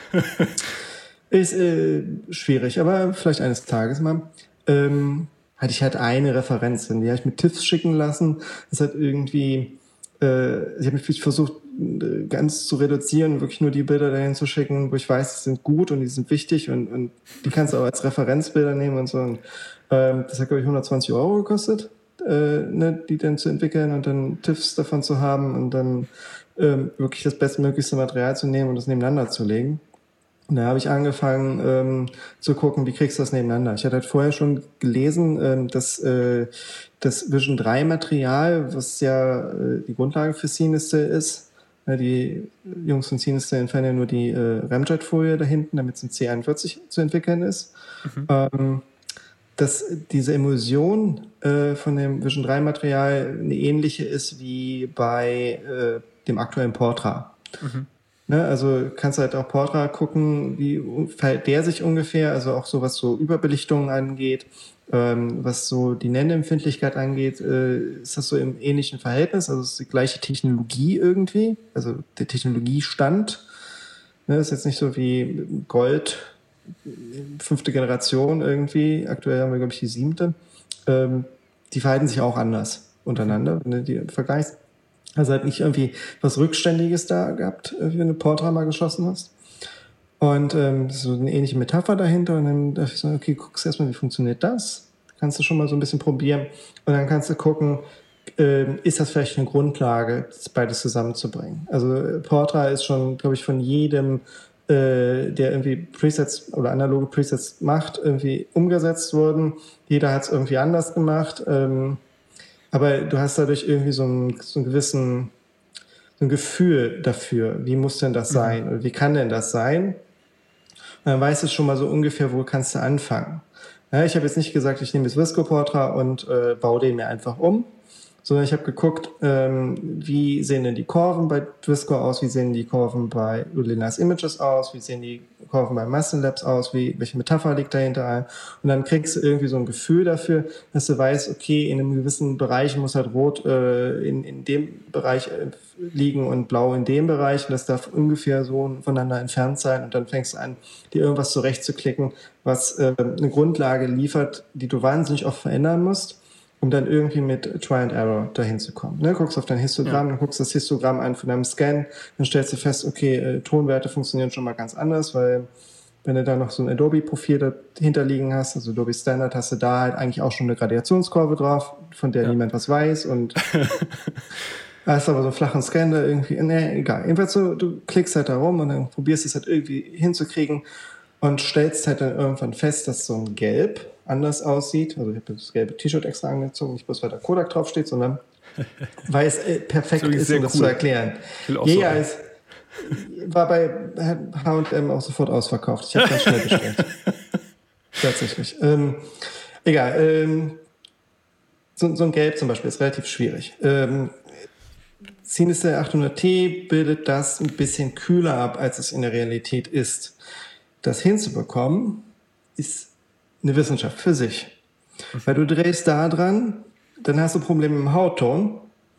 Ist schwierig, aber vielleicht eines Tages mal. Hatte ich halt eine Referenz, die habe ich mit TIFFs schicken lassen. Das hat irgendwie, ich habe mich versucht, ganz zu reduzieren, wirklich nur die Bilder dahin zu schicken, wo ich weiß, die sind gut und die sind wichtig und die kannst du auch als Referenzbilder nehmen und so. Und, das hat, glaube ich, 120 Euro gekostet, die dann zu entwickeln und dann TIFFs davon zu haben und dann wirklich das bestmöglichste Material zu nehmen und das nebeneinander zu legen. Und da habe ich angefangen zu gucken, wie kriegst du das nebeneinander. Ich hatte halt vorher schon gelesen, dass das Vision 3 Material, was ja die Grundlage für Cineste ist, die Jungs von Cineste entfernen ja nur die Ramjet-Folie da hinten, damit es in C41 zu entwickeln ist. Dass diese Emulsion von dem Vision 3 Material eine ähnliche ist wie bei dem aktuellen Portra. Ne, also kannst du halt auch Portra gucken, wie verhält der sich ungefähr, also auch so was so Überbelichtungen angeht, was so die Nennempfindlichkeit angeht, ist das so im ähnlichen Verhältnis, also es ist die gleiche Technologie irgendwie, also der Technologiestand, ne, ist jetzt nicht so wie Gold, 5. Generation irgendwie, aktuell haben wir glaube ich die 7. Die verhalten sich auch anders untereinander, wenn du die vergleichst. Also halt nicht irgendwie was Rückständiges da gehabt, wenn du Portra mal geschossen hast. Und das ist so eine ähnliche Metapher dahinter. Und dann dachte ich so, okay, guckst erstmal, wie funktioniert das? Kannst du schon mal so ein bisschen probieren. Und dann kannst du gucken, ist das vielleicht eine Grundlage, das beides zusammenzubringen. Also Portra ist schon, glaube ich, von jedem, der irgendwie Presets oder analoge Presets macht, irgendwie umgesetzt worden. Jeder hat es irgendwie anders gemacht. Aber du hast dadurch irgendwie so ein Gefühl dafür, wie muss denn das sein oder wie kann denn das sein? Und dann weißt du schon mal so ungefähr, wo kannst du anfangen. Ja, ich habe jetzt nicht gesagt, ich nehme jetzt Visco Portra und baue den mir einfach um, sondern ich habe geguckt, wie sehen denn die Kurven bei Visco aus, wie sehen die Kurven bei Really Nice Images aus, wie sehen die Kurven bei Muscle Labs aus, welche Metapher liegt dahinter ein. Und dann kriegst du irgendwie so ein Gefühl dafür, dass du weißt, okay, in einem gewissen Bereich muss halt rot in dem Bereich liegen und blau in dem Bereich. Und das darf ungefähr so voneinander entfernt sein. Und dann fängst du an, dir irgendwas zurechtzuklicken, was eine Grundlage liefert, die du wahnsinnig oft verändern musst, um dann irgendwie mit Try and Error dahin zu kommen. Ne? Guckst auf dein Histogramm, dann guckst das Histogramm an von deinem Scan, dann stellst du fest, okay, Tonwerte funktionieren schon mal ganz anders, weil wenn du da noch so ein Adobe-Profil dahinter liegen hast, also Adobe Standard, hast du da halt eigentlich auch schon eine Gradationskurve drauf, von der niemand was weiß und hast aber so einen flachen Scan da irgendwie, egal. Jedenfalls so, du klickst halt da rum und dann probierst es halt irgendwie hinzukriegen und stellst halt dann irgendwann fest, dass so ein Gelb anders aussieht. Also ich habe das gelbe T-Shirt extra angezogen, nicht bloß weil da Kodak draufsteht, sondern weil es perfekt ist, um das zu erklären. Ja, es war bei H&M auch sofort ausverkauft. Ich habe ganz schnell bestellt. Tatsächlich. Egal. So ein Gelb zum Beispiel ist relativ schwierig. Cinestill 800T bildet das ein bisschen kühler ab, als es in der Realität ist. Das hinzubekommen, ist eine Wissenschaft für sich. Weil du drehst da dran, dann hast du Probleme im Hautton.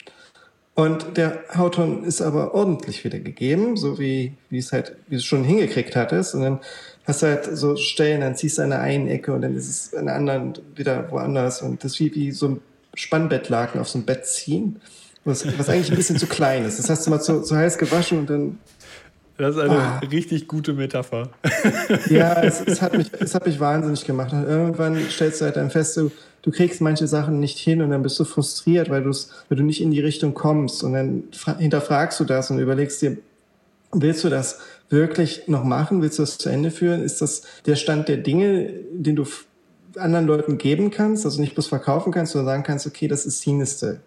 Und der Hautton ist aber ordentlich wiedergegeben, so wie du es schon hingekriegt hattest. Und dann hast du halt so Stellen, dann ziehst du an der einen Ecke und dann ist es an der anderen wieder woanders. Und das ist wie so ein Spannbettlaken auf so ein Bett ziehen, was eigentlich ein bisschen zu klein ist. Das hast du mal zu heiß gewaschen und dann... Das ist eine richtig gute Metapher. Ja, es hat mich wahnsinnig gemacht. Und irgendwann stellst du halt dann fest, du kriegst manche Sachen nicht hin und dann bist du frustriert, weil du nicht in die Richtung kommst. Und dann hinterfragst du das und überlegst dir, willst du das wirklich noch machen? Willst du das zu Ende führen? Ist das der Stand der Dinge, den du anderen Leuten geben kannst, also nicht bloß verkaufen kannst, sondern sagen kannst, okay, das ist Cinestill.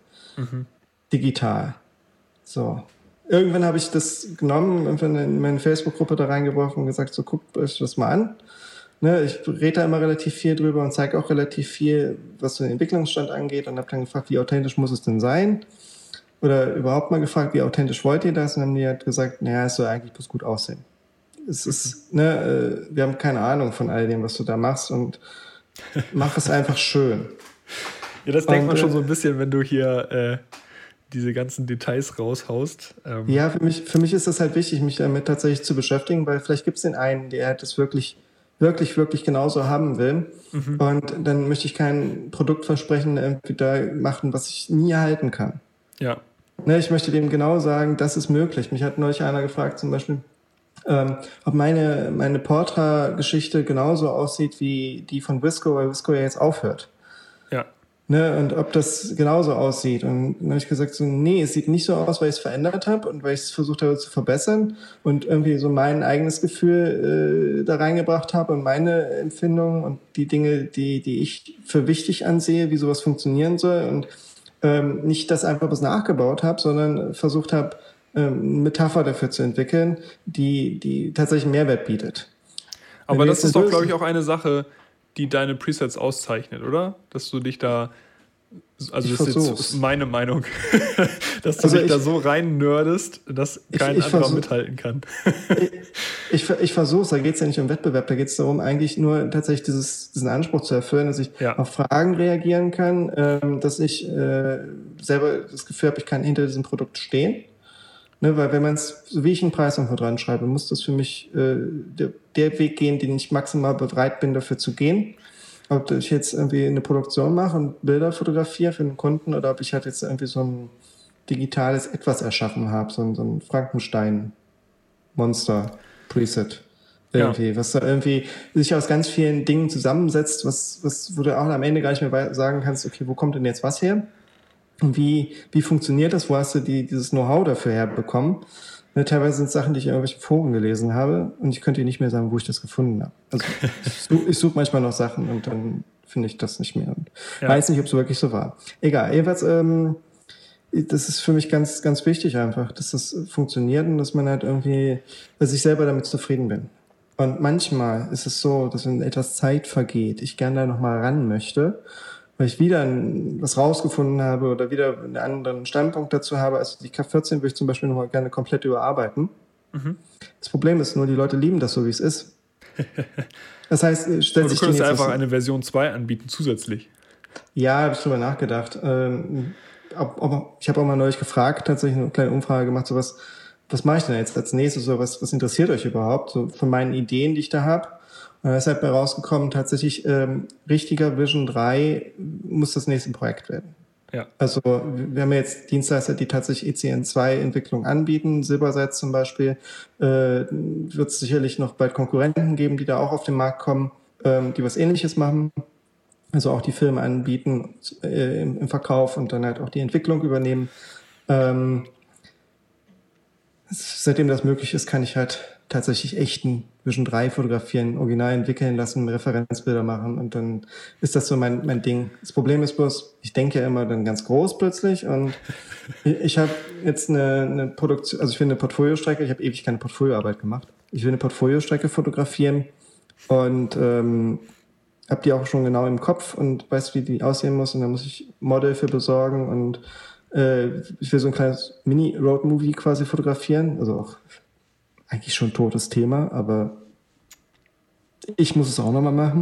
Digital. So. Irgendwann habe ich das genommen, irgendwann in meine Facebook-Gruppe da reingeworfen und gesagt, so guckt euch das mal an. Ne, ich rede da immer relativ viel drüber und zeige auch relativ viel, was so den Entwicklungsstand angeht und habe dann gefragt, wie authentisch muss es denn sein? Oder überhaupt mal gefragt, wie authentisch wollt ihr das? Und dann haben die halt gesagt, naja, es soll eigentlich bloß gut aussehen. Es ist, wir haben keine Ahnung von all dem, was du da machst und mach es einfach schön. Ja, das denkt man schon so ein bisschen, wenn du hier diese ganzen Details raushaust. Ja, für mich ist das halt wichtig, mich damit tatsächlich zu beschäftigen, weil vielleicht gibt es den einen, der das wirklich genauso haben will. Und dann möchte ich kein Produktversprechen irgendwie da machen, was ich nie halten kann. Ja. Ne, ich möchte dem genau sagen, das ist möglich. Mich hat neulich einer gefragt, zum Beispiel, ob meine Portra-Geschichte genauso aussieht wie die von Visco, weil Visco ja jetzt aufhört. Ja. Ne, und ob das genauso aussieht. Und dann habe ich gesagt, so, nee, es sieht nicht so aus, weil ich es verändert habe und weil ich es versucht habe zu verbessern und irgendwie so mein eigenes Gefühl da reingebracht habe und meine Empfindungen und die Dinge, die ich für wichtig ansehe, wie sowas funktionieren soll und nicht das einfach was nachgebaut habe, sondern versucht habe, eine Metapher dafür zu entwickeln, die tatsächlich Mehrwert bietet. Aber das ist doch, glaube ich, auch eine Sache, die deine Presets auszeichnet, oder? Dass du dich da, also das ist jetzt meine Meinung, dass du dich da so rein nerdest, dass kein anderer mithalten kann. Ich versuche es, da geht es ja nicht um Wettbewerb, da geht es darum, eigentlich nur tatsächlich diesen Anspruch zu erfüllen, dass ich auf Fragen reagieren kann, dass ich selber das Gefühl habe, ich kann hinter diesem Produkt stehen. Ne, weil wenn man es, so wie ich einen Preis irgendwo dran schreibe, muss das für mich der Weg gehen, den ich maximal bereit bin, dafür zu gehen. Ob ich jetzt irgendwie eine Produktion mache und Bilder fotografiere für einen Kunden oder ob ich halt jetzt irgendwie so ein digitales Etwas erschaffen habe, so ein Frankenstein-Monster-Preset. Irgendwie, was da irgendwie sich aus ganz vielen Dingen zusammensetzt, wo du auch am Ende gar nicht mehr sagen kannst, okay, wo kommt denn jetzt was her? Und wie funktioniert das? Wo hast du dieses Know-how dafür herbekommen? Ne, teilweise sind es Sachen, die ich in irgendwelchen Foren gelesen habe und ich könnte dir nicht mehr sagen, wo ich das gefunden habe. Also ich suche manchmal noch Sachen und dann finde ich das nicht mehr. Und weiß nicht, ob es wirklich so war. Egal, jedenfalls, das ist für mich ganz, ganz wichtig einfach, dass das funktioniert und dass man halt irgendwie, dass ich selber damit zufrieden bin. Und manchmal ist es so, dass wenn etwas Zeit vergeht, ich gerne da nochmal ran möchte weil ich wieder was rausgefunden habe oder wieder einen anderen Standpunkt dazu habe. Also die K14 würde ich zum Beispiel nochmal gerne komplett überarbeiten. Das Problem ist nur, die Leute lieben das so, wie es ist. Das heißt, du könntest einfach eine Version 2 anbieten zusätzlich. Ja, habe ich drüber nachgedacht. Ich habe auch mal neulich gefragt, tatsächlich eine kleine Umfrage gemacht, so was mache ich denn jetzt als nächstes, so was interessiert euch überhaupt, so von meinen Ideen, die ich da habe. Und da ist halt bei rausgekommen, tatsächlich richtiger Vision 3 muss das nächste Projekt werden. Ja. Also wir haben jetzt Dienstleister, die tatsächlich ECN2-Entwicklung anbieten. Silberseits zum Beispiel wird es sicherlich noch bald Konkurrenten geben, die da auch auf den Markt kommen, die was Ähnliches machen. Also auch die Filme anbieten im Verkauf und dann halt auch die Entwicklung übernehmen. Seitdem das möglich ist, kann ich halt tatsächlich echten Vision 3 fotografieren, original entwickeln lassen, Referenzbilder machen und dann ist das so mein Ding. Das Problem ist bloß, ich denke ja immer dann ganz groß plötzlich und ich habe jetzt eine Produktion, also ich will eine Portfoliostrecke, ich habe ewig keine Portfolioarbeit gemacht. Ich will eine Portfoliostrecke fotografieren und habe die auch schon genau im Kopf und weiß, wie die aussehen muss und dann muss ich Model für besorgen und ich will so ein kleines Mini-Road-Movie quasi fotografieren, also auch eigentlich schon ein totes Thema, aber ich muss es auch nochmal machen.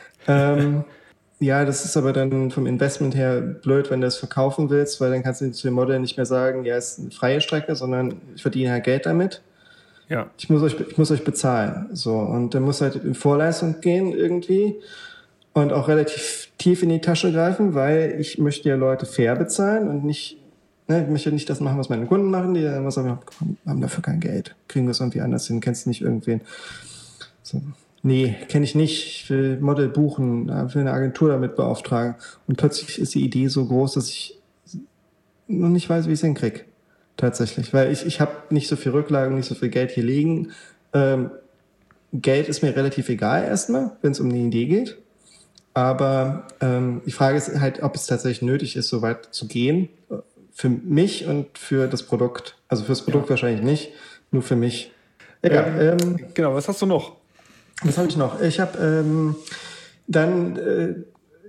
Ja, das ist aber dann vom Investment her blöd, wenn du es verkaufen willst, weil dann kannst du zu dem Model nicht mehr sagen, ja, es ist eine freie Strecke, sondern ich verdiene halt Geld damit. Ja. Ich muss euch bezahlen. So, und dann muss halt in Vorleistung gehen irgendwie und auch relativ tief in die Tasche greifen, weil ich möchte ja Leute fair bezahlen und nicht, ich möchte nicht das machen, was meine Kunden machen, die dann sagen, haben dafür kein Geld, kriegen wir es irgendwie anders hin, kennst du nicht irgendwen. So. Nee, kenne ich nicht. Ich will Model buchen, will eine Agentur damit beauftragen. Und plötzlich ist die Idee so groß, dass ich noch nicht weiß, wie ich es hinkriege. Tatsächlich. Weil ich habe nicht so viel Rücklagen, nicht so viel Geld hier liegen. Geld ist mir relativ egal erstmal, wenn es um eine Idee geht. Aber die Frage ist halt, ob es tatsächlich nötig ist, so weit zu gehen. Für mich und für das Produkt. Also für das Produkt wahrscheinlich nicht, nur für mich. Ja, genau, was hast du noch? Was habe ich noch? Ich habe dann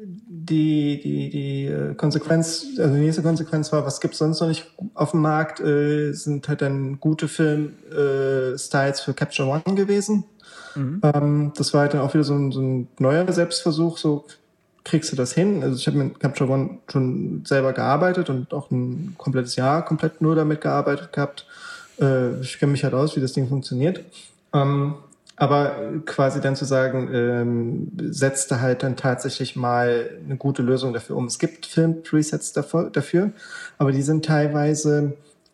die Konsequenz, also die nächste Konsequenz war, was gibt's sonst noch nicht auf dem Markt, sind halt dann gute Film-Styles für Capture One gewesen. Das war halt dann auch wieder so ein neuer Selbstversuch, so kriegst du das hin? Also ich habe mit Capture One schon selber gearbeitet und auch ein komplettes Jahr komplett nur damit gearbeitet gehabt. Ich kenne mich halt aus, wie das Ding funktioniert. Aber quasi dann zu sagen, setzt da halt dann tatsächlich mal eine gute Lösung dafür um. Es gibt Film-Presets dafür, aber die sind teilweise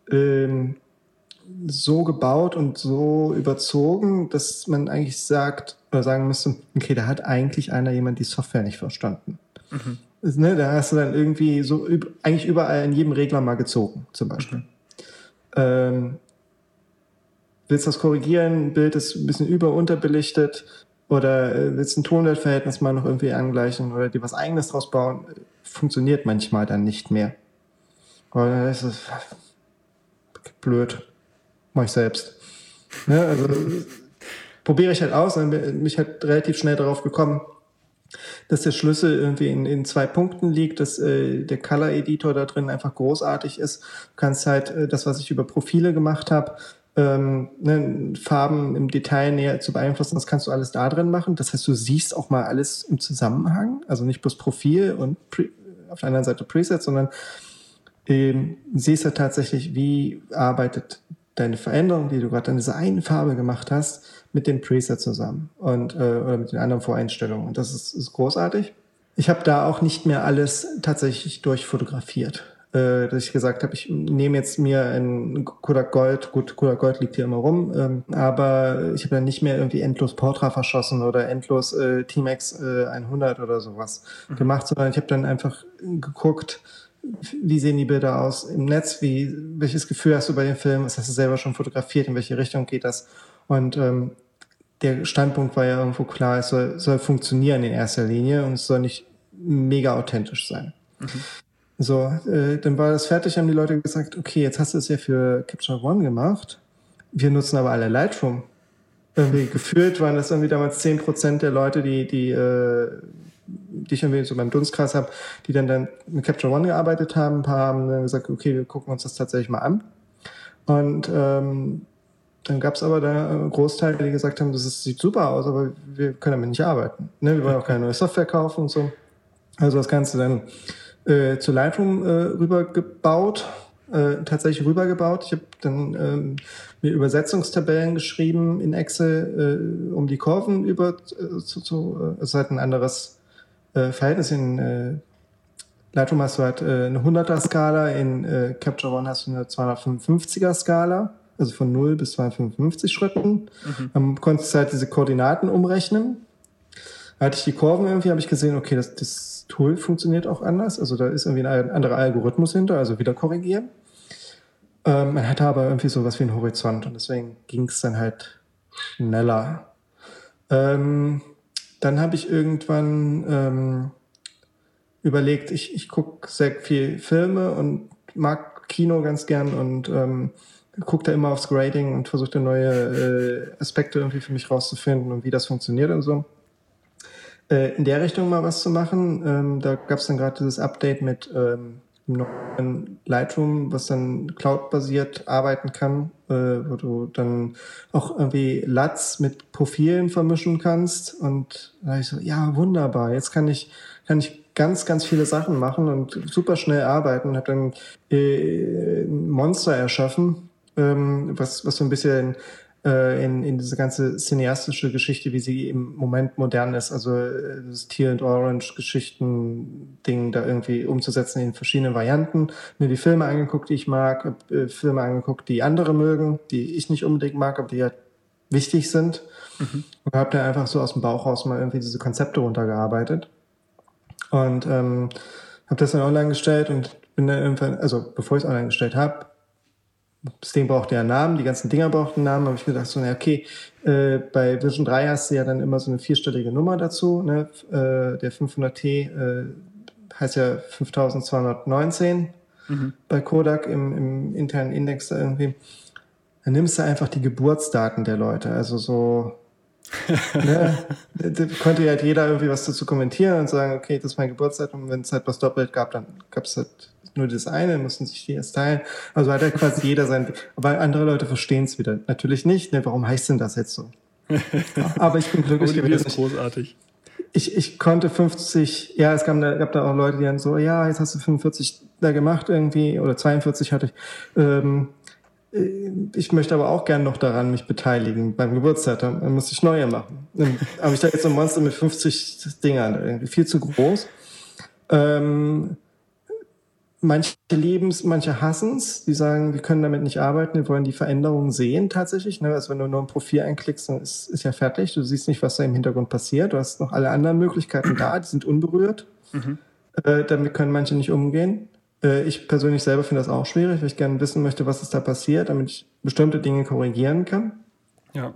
so gebaut und so überzogen, dass man eigentlich sagt oder sagen müsste, okay, da hat eigentlich jemand die Software nicht verstanden. Ne, da hast du dann irgendwie so eigentlich überall in jedem Regler mal gezogen, zum Beispiel. Willst du das korrigieren, ein Bild ist ein bisschen unterbelichtet oder willst ein Tonwertverhältnis mal noch irgendwie angleichen oder dir was Eigenes draus bauen, funktioniert manchmal dann nicht mehr. Oder ist es blöd. Mach ich selbst. Ja, also probiere ich halt aus und bin ich halt relativ schnell darauf gekommen, dass der Schlüssel irgendwie in 2 Punkten liegt, dass der Color Editor da drin einfach großartig ist. Du kannst halt das, was ich über Profile gemacht habe, Farben im Detail näher zu beeinflussen, das kannst du alles da drin machen. Das heißt, du siehst auch mal alles im Zusammenhang, also nicht bloß Profil und auf der anderen Seite Presets, sondern siehst ja tatsächlich, wie arbeitet deine Veränderung, die du gerade an dieser einen Farbe gemacht hast, mit dem Preset zusammen und oder mit den anderen Voreinstellungen. Und das ist großartig. Ich habe da auch nicht mehr alles tatsächlich durchfotografiert. Dass ich gesagt habe, ich nehme jetzt mir ein Kodak Gold, gut, Kodak Gold liegt hier immer rum, aber ich habe dann nicht mehr irgendwie endlos Portra verschossen oder endlos T-Max 100 oder sowas gemacht, sondern ich habe dann einfach geguckt, wie sehen die Bilder aus im Netz, welches Gefühl hast du bei dem Film, was hast du selber schon fotografiert, in welche Richtung geht das und der Standpunkt war ja irgendwo klar, es soll funktionieren in erster Linie und es soll nicht mega authentisch sein. So, dann war das fertig, haben die Leute gesagt, okay, jetzt hast du es ja für Capture One gemacht, wir nutzen aber alle Lightroom. Irgendwie gefühlt waren das irgendwie damals 10% der Leute, die die ich irgendwie so beim Dunstkreis habe, die dann mit Capture One gearbeitet haben. Ein paar haben dann gesagt, okay, wir gucken uns das tatsächlich mal an. Und dann gab es aber da Großteile, die gesagt haben, sieht super aus, aber wir können damit nicht arbeiten. Ne? Wir wollen auch keine neue Software kaufen und so. Also das Ganze dann zu Lightroom tatsächlich rübergebaut. Ich habe dann mir Übersetzungstabellen geschrieben in Excel, um die Kurven es hat ein anderes Verhältnis. In Lightroom hast du halt eine 100er-Skala, in Capture One hast du eine 255er-Skala, also von 0 bis 255 Schritten. Dann konntest du halt diese Koordinaten umrechnen. Da hatte ich die Kurven irgendwie, habe ich gesehen, okay, das Tool funktioniert auch anders. Also da ist irgendwie ein anderer Algorithmus hinter, also wieder korrigieren. Man hatte aber irgendwie sowas wie einen Horizont und deswegen ging es dann halt schneller. Dann habe ich irgendwann überlegt, ich gucke sehr viel Filme und mag Kino ganz gern und gucke da immer aufs Grading und versuche da neue Aspekte irgendwie für mich rauszufinden und wie das funktioniert und so. In der Richtung mal was zu machen. Da gab es dann gerade dieses Update mit neuen Lightroom, was dann cloud-basiert arbeiten kann, wo du dann auch irgendwie LUTs mit Profilen vermischen kannst. Und da habe ich so, ja, wunderbar, jetzt kann ich ganz, ganz viele Sachen machen und super schnell arbeiten. Und habe dann ein Monster erschaffen, was so ein bisschen in diese ganze cineastische Geschichte, wie sie im Moment modern ist, also das Teal and Orange Geschichten-Ding da irgendwie umzusetzen in verschiedenen Varianten. Mir die Filme angeguckt, die ich mag, hab Filme angeguckt, die andere mögen, die ich nicht unbedingt mag, aber die halt wichtig sind. Und habe dann einfach so aus dem Bauch raus mal irgendwie diese Konzepte runtergearbeitet. Und habe das dann online gestellt und bin dann irgendwann, also bevor ich es online gestellt habe, das Ding brauchte ja einen Namen, die ganzen Dinger brauchten einen Namen, habe ich gedacht, so, na okay, bei Vision 3 hast du ja dann immer so eine 4-stellige Nummer dazu, ne? Der 500T heißt ja 5219 bei Kodak im internen Index da irgendwie. Dann nimmst du einfach die Geburtsdaten der Leute, also so, ne? Da konnte ja halt jeder irgendwie was dazu kommentieren und sagen, okay, das ist mein Geburtsdatum, wenn es halt was doppelt gab, dann gab es halt nur das eine, mussten sich die erst teilen. Also hat halt quasi jeder sein, aber andere Leute verstehen es wieder. Natürlich nicht, ne? Warum heißt denn das jetzt so? Aber ich bin glücklich gewesen. Das ist großartig. Ich konnte 50, ja, gab da auch Leute, die dann so, ja, jetzt hast du 45 da gemacht irgendwie, oder 42 hatte ich. Ich möchte aber auch gerne noch daran mich beteiligen beim Geburtstag, dann musste ich neue machen. Dann habe ich da jetzt so ein Monster mit 50 Dingern, irgendwie viel zu groß. Manche lieben es, manche hassen es. Die sagen, wir können damit nicht arbeiten, wir wollen die Veränderungen sehen tatsächlich. Ne? Also wenn du nur ein Profil einklickst, dann ist ja fertig. Du siehst nicht, was da im Hintergrund passiert. Du hast noch alle anderen Möglichkeiten da, die sind unberührt. Damit können manche nicht umgehen. Ich persönlich selber finde das auch schwierig, weil ich gerne wissen möchte, was ist da passiert, damit ich bestimmte Dinge korrigieren kann. Ja.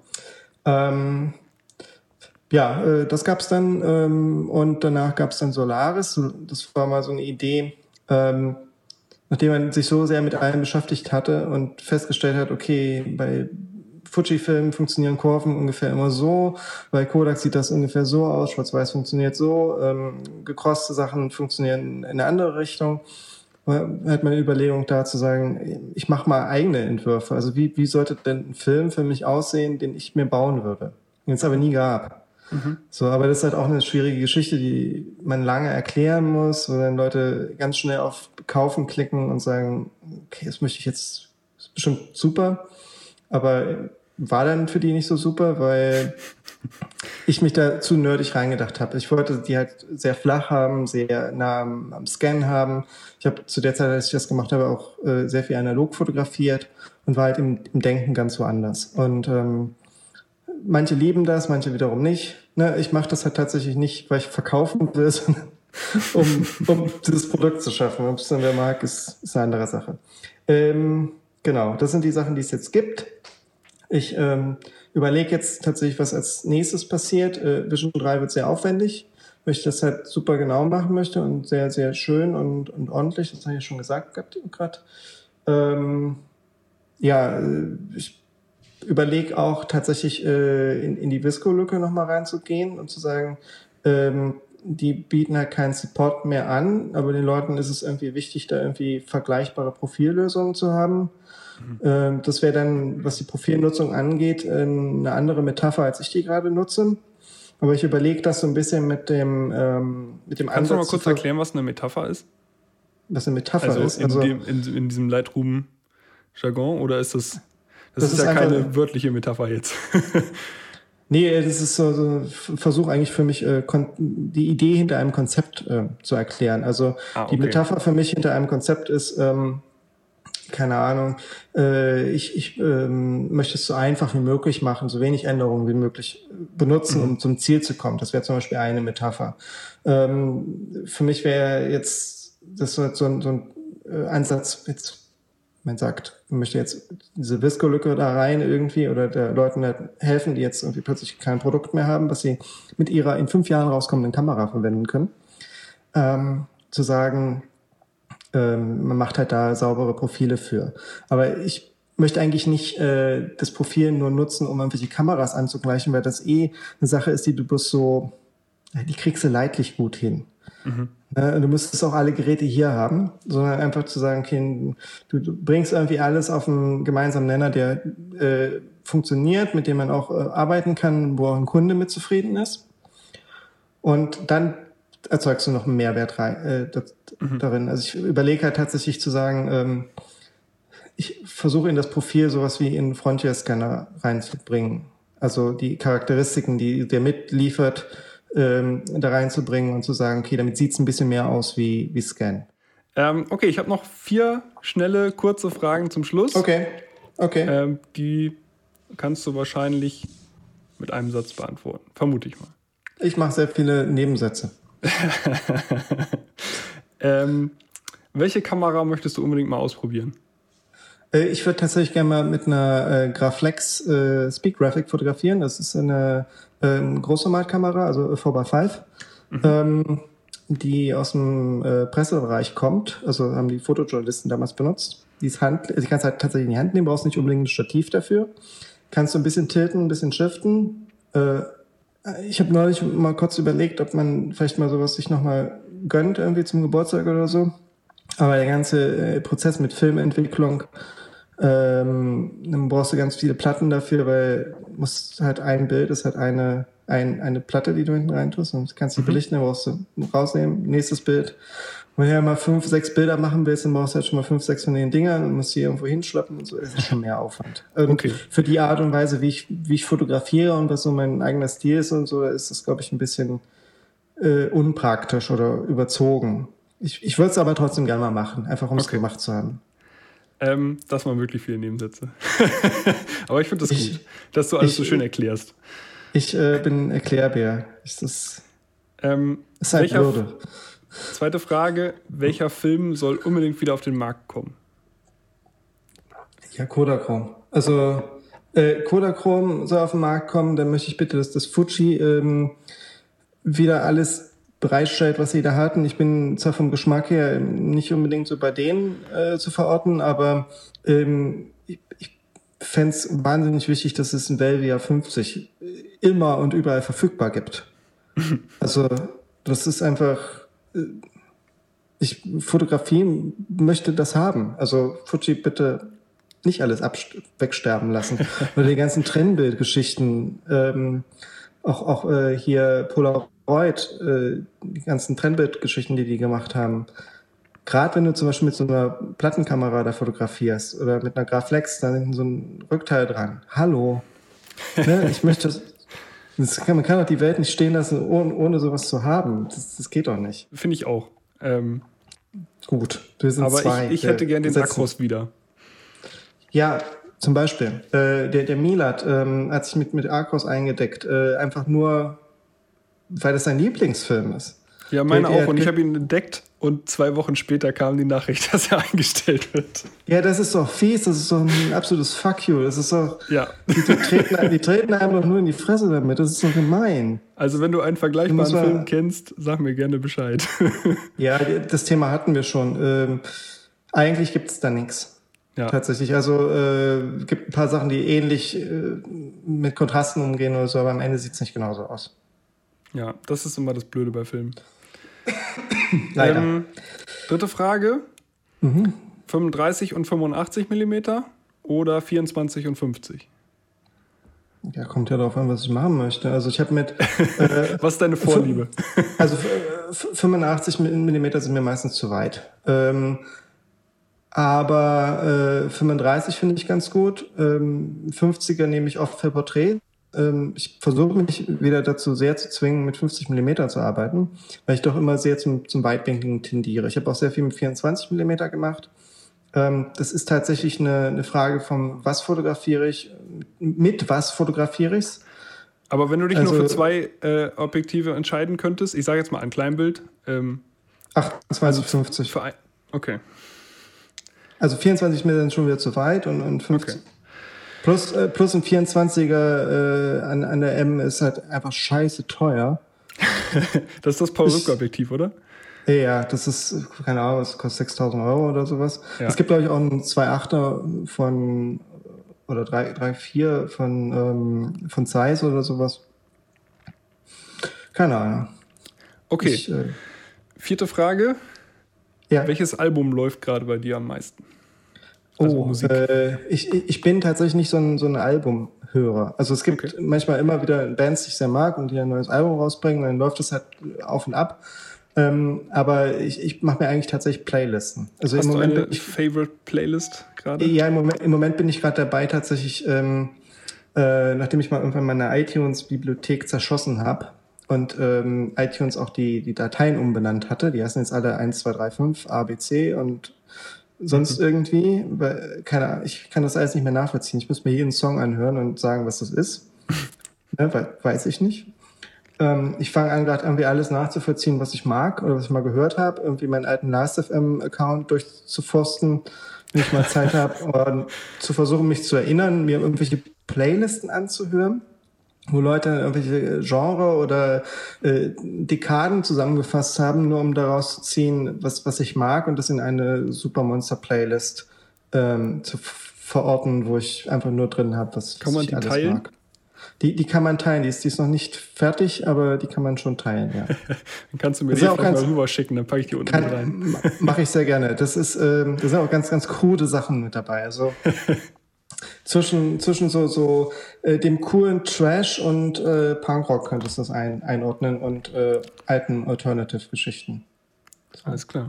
Das gab es dann und danach gab es dann Solaris. Das war mal so eine Idee, nachdem man sich so sehr mit allem beschäftigt hatte und festgestellt hat, okay, bei Fujifilm funktionieren Kurven ungefähr immer so, bei Kodak sieht das ungefähr so aus, Schwarz-Weiß funktioniert so, gecrosste Sachen funktionieren in eine andere Richtung. Hat meine Überlegung da zu sagen, ich mache mal eigene Entwürfe. Also wie sollte denn ein Film für mich aussehen, den ich mir bauen würde, den es aber nie gab. So, aber das ist halt auch eine schwierige Geschichte, die man lange erklären muss, wo dann Leute ganz schnell auf Kaufen klicken und sagen, okay, das möchte ich jetzt, das ist bestimmt super, aber war dann für die nicht so super, weil ich mich da zu nerdig reingedacht habe. Ich wollte die halt sehr flach haben, sehr nah am Scan haben. Ich habe zu der Zeit, als ich das gemacht habe, auch sehr viel analog fotografiert und war halt im Denken ganz woanders. Und manche lieben das, manche wiederum nicht. Ne, ich mache das halt tatsächlich nicht, weil ich verkaufen will, sondern um dieses Produkt zu schaffen. Ob es dann wer mag, ist eine andere Sache. Genau, das sind die Sachen, die es jetzt gibt. Ich überlege jetzt tatsächlich, was als nächstes passiert. Vision 3 wird sehr aufwendig, weil ich das halt super genau machen möchte und sehr, sehr schön und ordentlich. Das habe ich schon gesagt gerade. Ich überlege auch tatsächlich in die Visco-Lücke nochmal reinzugehen und zu sagen, die bieten halt keinen Support mehr an, aber den Leuten ist es irgendwie wichtig, da irgendwie vergleichbare Profillösungen zu haben. Das wäre dann, was die Profilnutzung angeht, eine andere Metapher, als ich die gerade nutze. Aber ich überlege das so ein bisschen mit dem Ansatz. Kannst du mal kurz erklären, was eine Metapher ist? Was eine Metapher ist? Also in diesem Lightroom-Jargon, oder ist das ist ja keine wörtliche Metapher jetzt. Nee, das ist so ein Versuch eigentlich für mich, die Idee hinter einem Konzept zu erklären. Also die Metapher für mich hinter einem Konzept ist, keine Ahnung, ich möchte es so einfach wie möglich machen, so wenig Änderungen wie möglich benutzen, um zum Ziel zu kommen. Das wäre zum Beispiel eine Metapher. Für mich wäre jetzt das so ein Ansatz, jetzt man sagt, man möchte jetzt diese Visco-Lücke da rein irgendwie oder der Leuten helfen, die jetzt irgendwie plötzlich kein Produkt mehr haben, was sie mit ihrer in 5 Jahren rauskommenden Kamera verwenden können. Zu sagen, man macht halt da saubere Profile für. Aber ich möchte eigentlich nicht das Profil nur nutzen, um irgendwelche Kameras anzugleichen, weil das eine Sache ist, die du bloß so, die kriegst du leidlich gut hin. Du müsstest auch alle Geräte hier haben, sondern einfach zu sagen, okay, du bringst irgendwie alles auf einen gemeinsamen Nenner, der funktioniert, mit dem man auch arbeiten kann, wo auch ein Kunde mit zufrieden ist. Und dann erzeugst du noch einen Mehrwert darin. Also ich überlege halt tatsächlich zu sagen, ich versuche in das Profil sowas wie in Frontier-Scanner reinzubringen. Also die Charakteristiken, die der mitliefert, da reinzubringen und zu sagen, okay, damit sieht es ein bisschen mehr aus wie Scan. Okay, ich habe noch 4 schnelle, kurze Fragen zum Schluss. Okay. Die kannst du wahrscheinlich mit einem Satz beantworten, vermute ich mal. Ich mache sehr viele Nebensätze. Welche Kamera möchtest du unbedingt mal ausprobieren? Ich würde tatsächlich gerne mal mit einer Graflex Speed Graphic fotografieren. Das ist eine Großformatkamera, also 4x5, die aus dem Pressebereich kommt. Also haben die Fotojournalisten damals benutzt. Die kannst du halt tatsächlich in die Hand nehmen, brauchst nicht unbedingt ein Stativ dafür. Kannst du ein bisschen tilten, ein bisschen shiften. Ich habe neulich mal kurz überlegt, ob man vielleicht mal sowas sich nochmal gönnt, irgendwie zum Geburtstag oder so. Aber der ganze Prozess mit Filmentwicklung, dann brauchst du ganz viele Platten dafür, weil muss halt ein Bild ist halt eine Platte, die du hinten rein tust und kannst die belichten, dann brauchst du rausnehmen, nächstes Bild. Und wenn du ja mal 5, 6 Bilder machen willst, dann brauchst du halt schon mal 5, 6 von den Dingern und musst die irgendwo hinschleppen und so, das ist schon mehr Aufwand. Okay. Für die Art und Weise, wie ich fotografiere und was so mein eigener Stil ist und so, ist das, glaube ich, ein bisschen unpraktisch oder überzogen. Ich würde es aber trotzdem gerne mal machen, einfach um es gemacht zu haben. Das waren wirklich viele Nebensätze. Aber ich finde das gut, dass du alles so schön erklärst. Ich bin Erklärbär. Das ist halt Würde. Zweite Frage, welcher Film soll unbedingt wieder auf den Markt kommen? Ja, Kodachrome. Also Kodachrome soll auf den Markt kommen, dann möchte ich bitte, dass das Fuji wieder alles bereitstellt, was sie da hatten. Ich bin zwar vom Geschmack her nicht unbedingt so bei denen zu verorten, aber ich fände es wahnsinnig wichtig, dass es ein Velvia 50 immer und überall verfügbar gibt. Also das ist einfach, Fotografie möchte das haben. Also Fuji bitte nicht alles wegsterben lassen. Oder die ganzen Trennbildgeschichten, auch hier Polaroid, die ganzen Trennbildgeschichten, die gemacht haben. Gerade wenn du zum Beispiel mit so einer Plattenkamera da fotografierst oder mit einer Graflex, da hinten so ein Rückteil dran. Hallo. Ne, ich möchte, man kann doch die Welt nicht stehen lassen, ohne sowas zu haben. Das geht doch nicht. Finde ich auch. Gut, wir sind aber zwei. Ich hätte gern den Akros wieder. Ja, zum Beispiel. Der Milad hat sich mit Akros eingedeckt. Einfach nur, weil das sein Lieblingsfilm ist. Ja, meine auch. Und ich habe ihn entdeckt und 2 Wochen später kam die Nachricht, dass er eingestellt wird. Ja, das ist doch fies. Das ist doch ein absolutes Fuck you. Das ist doch. Ja. Die treten einem doch nur in die Fresse damit. Das ist doch gemein. Also, wenn du einen vergleichbaren Film kennst, sag mir gerne Bescheid. Ja, das Thema hatten wir schon. Eigentlich gibt es da nichts. Ja. Tatsächlich. Also, gibt ein paar Sachen, die ähnlich mit Kontrasten umgehen oder so, aber am Ende sieht es nicht genauso aus. Ja, das ist immer das Blöde bei Filmen. Leider. Dritte Frage. 35 und 85 mm oder 24 und 50? Ja, kommt ja darauf an, was ich machen möchte. Also ich habe mit... was ist deine Vorliebe? Also 85 mm sind mir meistens zu weit. Aber 35 finde ich ganz gut. 50er nehme ich oft für Porträt. Ich versuche mich wieder dazu sehr zu zwingen, mit 50 mm zu arbeiten, weil ich doch immer sehr zum Weitwinkeln tendiere. Ich habe auch sehr viel mit 24 mm gemacht. Das ist tatsächlich eine Frage von, was fotografiere ich, mit was fotografiere ich es. Aber wenn du dich nur für 2 Objektive entscheiden könntest, ich sage jetzt mal ein Kleinbild. 28, 50. Okay. Also 24 mm sind schon wieder zu weit und 50. Okay. Plus ein 24er an der M ist halt einfach scheiße teuer. Das ist das Paul-Rübke-Objektiv, oder? Ja, das ist, keine Ahnung, das kostet 6.000 € oder sowas. Ja. Es gibt, glaube ich, auch einen 2.8er von, oder 3.4 von Zeiss oder sowas. Keine Ahnung. Okay. Vierte Frage. Ja. Welches Album läuft gerade bei dir am meisten? Also Musik. Ich bin tatsächlich nicht so ein Albumhörer. Also es gibt manchmal immer wieder Bands, die ich sehr mag und die ein neues Album rausbringen, und dann läuft es halt auf und ab. Aber ich mache mir eigentlich tatsächlich Playlisten. Also Hast du eine Favorite-Playlist gerade? Ja, im Moment bin ich gerade dabei, tatsächlich, nachdem ich mal irgendwann meine iTunes-Bibliothek zerschossen habe und iTunes auch die Dateien umbenannt hatte. Die heißen jetzt alle 1, 2, 3, 5, A, B, C und sonst irgendwie. Weil, keine Ahnung, ich kann das alles nicht mehr nachvollziehen. Ich muss mir jeden Song anhören und sagen, was das ist. Weiß ich nicht. Ich fange an, gerade irgendwie alles nachzuvollziehen, was ich mag oder was ich mal gehört habe. Irgendwie meinen alten Last.fm-Account durchzuforsten, wenn ich mal Zeit habe, zu versuchen, mich zu erinnern, mir irgendwelche Playlisten anzuhören, wo Leute irgendwelche Genre oder Dekaden zusammengefasst haben, nur um daraus zu ziehen, was ich mag, und das in eine Supermonster-Playlist zu verorten, wo ich einfach nur drin habe, was ich alles teilen? Mag. Die kann man teilen, die ist noch nicht fertig, aber die kann man schon teilen, ja. Dann kannst du mir die vielleicht mal rüber schicken, dann packe ich die unten rein. Mache ich sehr gerne. Da sind auch ganz, ganz krude Sachen mit dabei. Also zwischen so dem coolen Trash und Punkrock könntest du das einordnen und alten Alternative-Geschichten. So. Alles klar.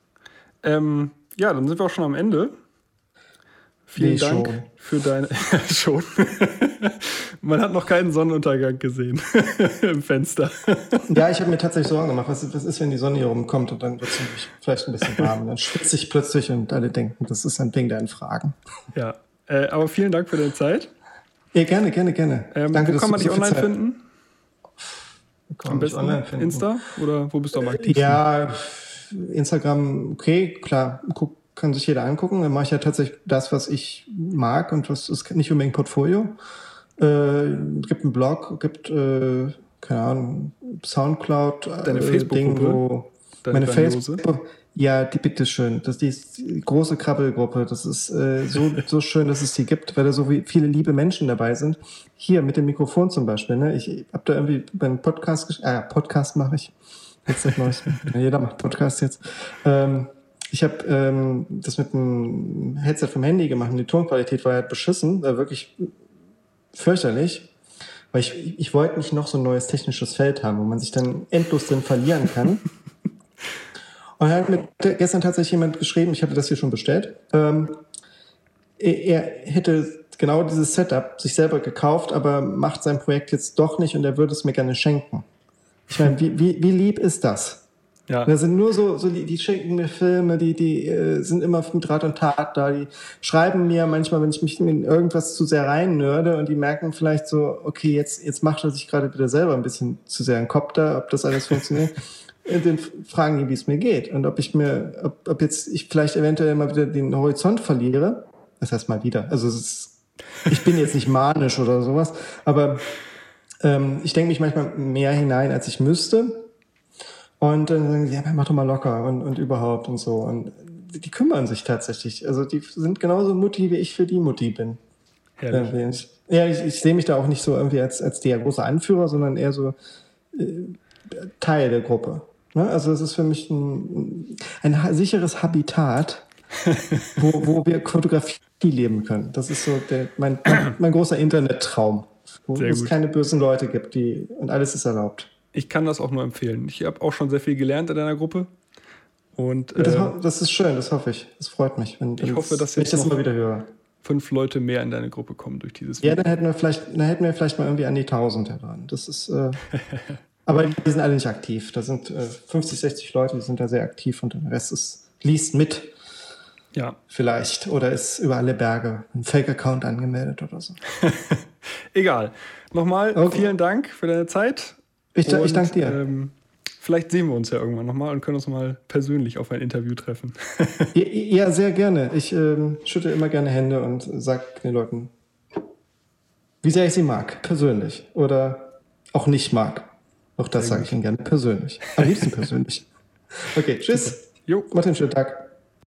Ja, dann sind wir auch schon am Ende. Vielen Dank für deine... schon. Man hat noch keinen Sonnenuntergang gesehen im Fenster. Ja, ich habe mir tatsächlich Sorgen gemacht. Was ist, wenn die Sonne hier rumkommt und dann wird es vielleicht ein bisschen warm. Dann schwitze ich plötzlich und alle denken, das ist ein Ding deinen Fragen. Ja, aber vielen Dank für deine Zeit. Ja, gerne. Danke, wo kann man dich online finden? Am besten online finden. Insta? Oder wo bist du am aktivsten? Ja, Instagram, okay, klar. Kann sich jeder angucken. Dann mache ich ja tatsächlich das, was ich mag, und was ist nicht unbedingt Portfolio. Gibt einen Blog, gibt, keine Ahnung, Soundcloud. Deine Facebook-Gruppe? Meine Facebook, ja, die bitteschön. Das ist die große Krabbelgruppe. Das ist so schön, dass es die gibt, weil da so viele liebe Menschen dabei sind. Hier mit dem Mikrofon zum Beispiel. Ne? Ich habe da irgendwie beim Podcast mache ich. Jetzt das Neueste. Jeder macht Podcast jetzt. Ich habe das mit dem Headset vom Handy gemacht und die Tonqualität war halt beschissen, wirklich fürchterlich, weil ich wollte nicht noch so ein neues technisches Feld haben, wo man sich dann endlos drin verlieren kann. Und dann hat mir gestern tatsächlich jemand geschrieben, ich hatte das hier schon bestellt, er hätte genau dieses Setup sich selber gekauft, aber macht sein Projekt jetzt doch nicht und er würde es mir gerne schenken. Ich meine, wie lieb ist das? Ja. Da sind nur so die schicken mir Filme, die sind immer mit Rat und Tat da, die schreiben mir manchmal, wenn ich mich in irgendwas zu sehr reinnörde, und die merken vielleicht so, okay, jetzt macht er sich gerade wieder selber ein bisschen zu sehr einen Kopf da, ob das alles funktioniert. Und dann fragen die, wie es mir geht und ob ich vielleicht eventuell mal wieder den Horizont verliere. Das heißt mal wieder. Also ich bin jetzt nicht manisch oder sowas, aber ich denke mich manchmal mehr hinein, als ich müsste. Und dann sagen sie, ja, mach doch mal locker und überhaupt und so. Und die kümmern sich tatsächlich. Also die sind genauso Mutti, wie ich für die Mutti bin. Ich sehe mich da auch nicht so irgendwie als der große Anführer, sondern eher so Teil der Gruppe. Ne? Also es ist für mich ein sicheres Habitat, wo wir Fotografie leben können. Das ist so mein großer Internettraum, wo es keine bösen Leute gibt und alles ist erlaubt. Ich kann das auch nur empfehlen. Ich habe auch schon sehr viel gelernt in deiner Gruppe. Und das ist schön, das hoffe ich. Das freut mich, wenn ich hoffe, dass ich das mal wieder höre. 5 Leute mehr in deine Gruppe kommen durch dieses Video. Ja, dann hätten wir vielleicht mal irgendwie an die 1000 heran. Das ist, aber die sind alle nicht aktiv. Da sind 50, 60 Leute, die sind da sehr aktiv und der Rest liest mit. Ja. Vielleicht. Oder ist über alle Berge ein Fake-Account angemeldet oder so. Egal. Nochmal vielen Dank für deine Zeit. Ich danke dir. Vielleicht sehen wir uns ja irgendwann nochmal und können uns mal persönlich auf ein Interview treffen. Ja, sehr gerne. Ich schüttle immer gerne Hände und sage den Leuten, wie sehr ich sie mag, persönlich. Oder auch nicht mag. Auch das sage ich ihnen gerne persönlich. Am liebsten persönlich. Okay, tschüss. Jo. Macht einen schönen Tag.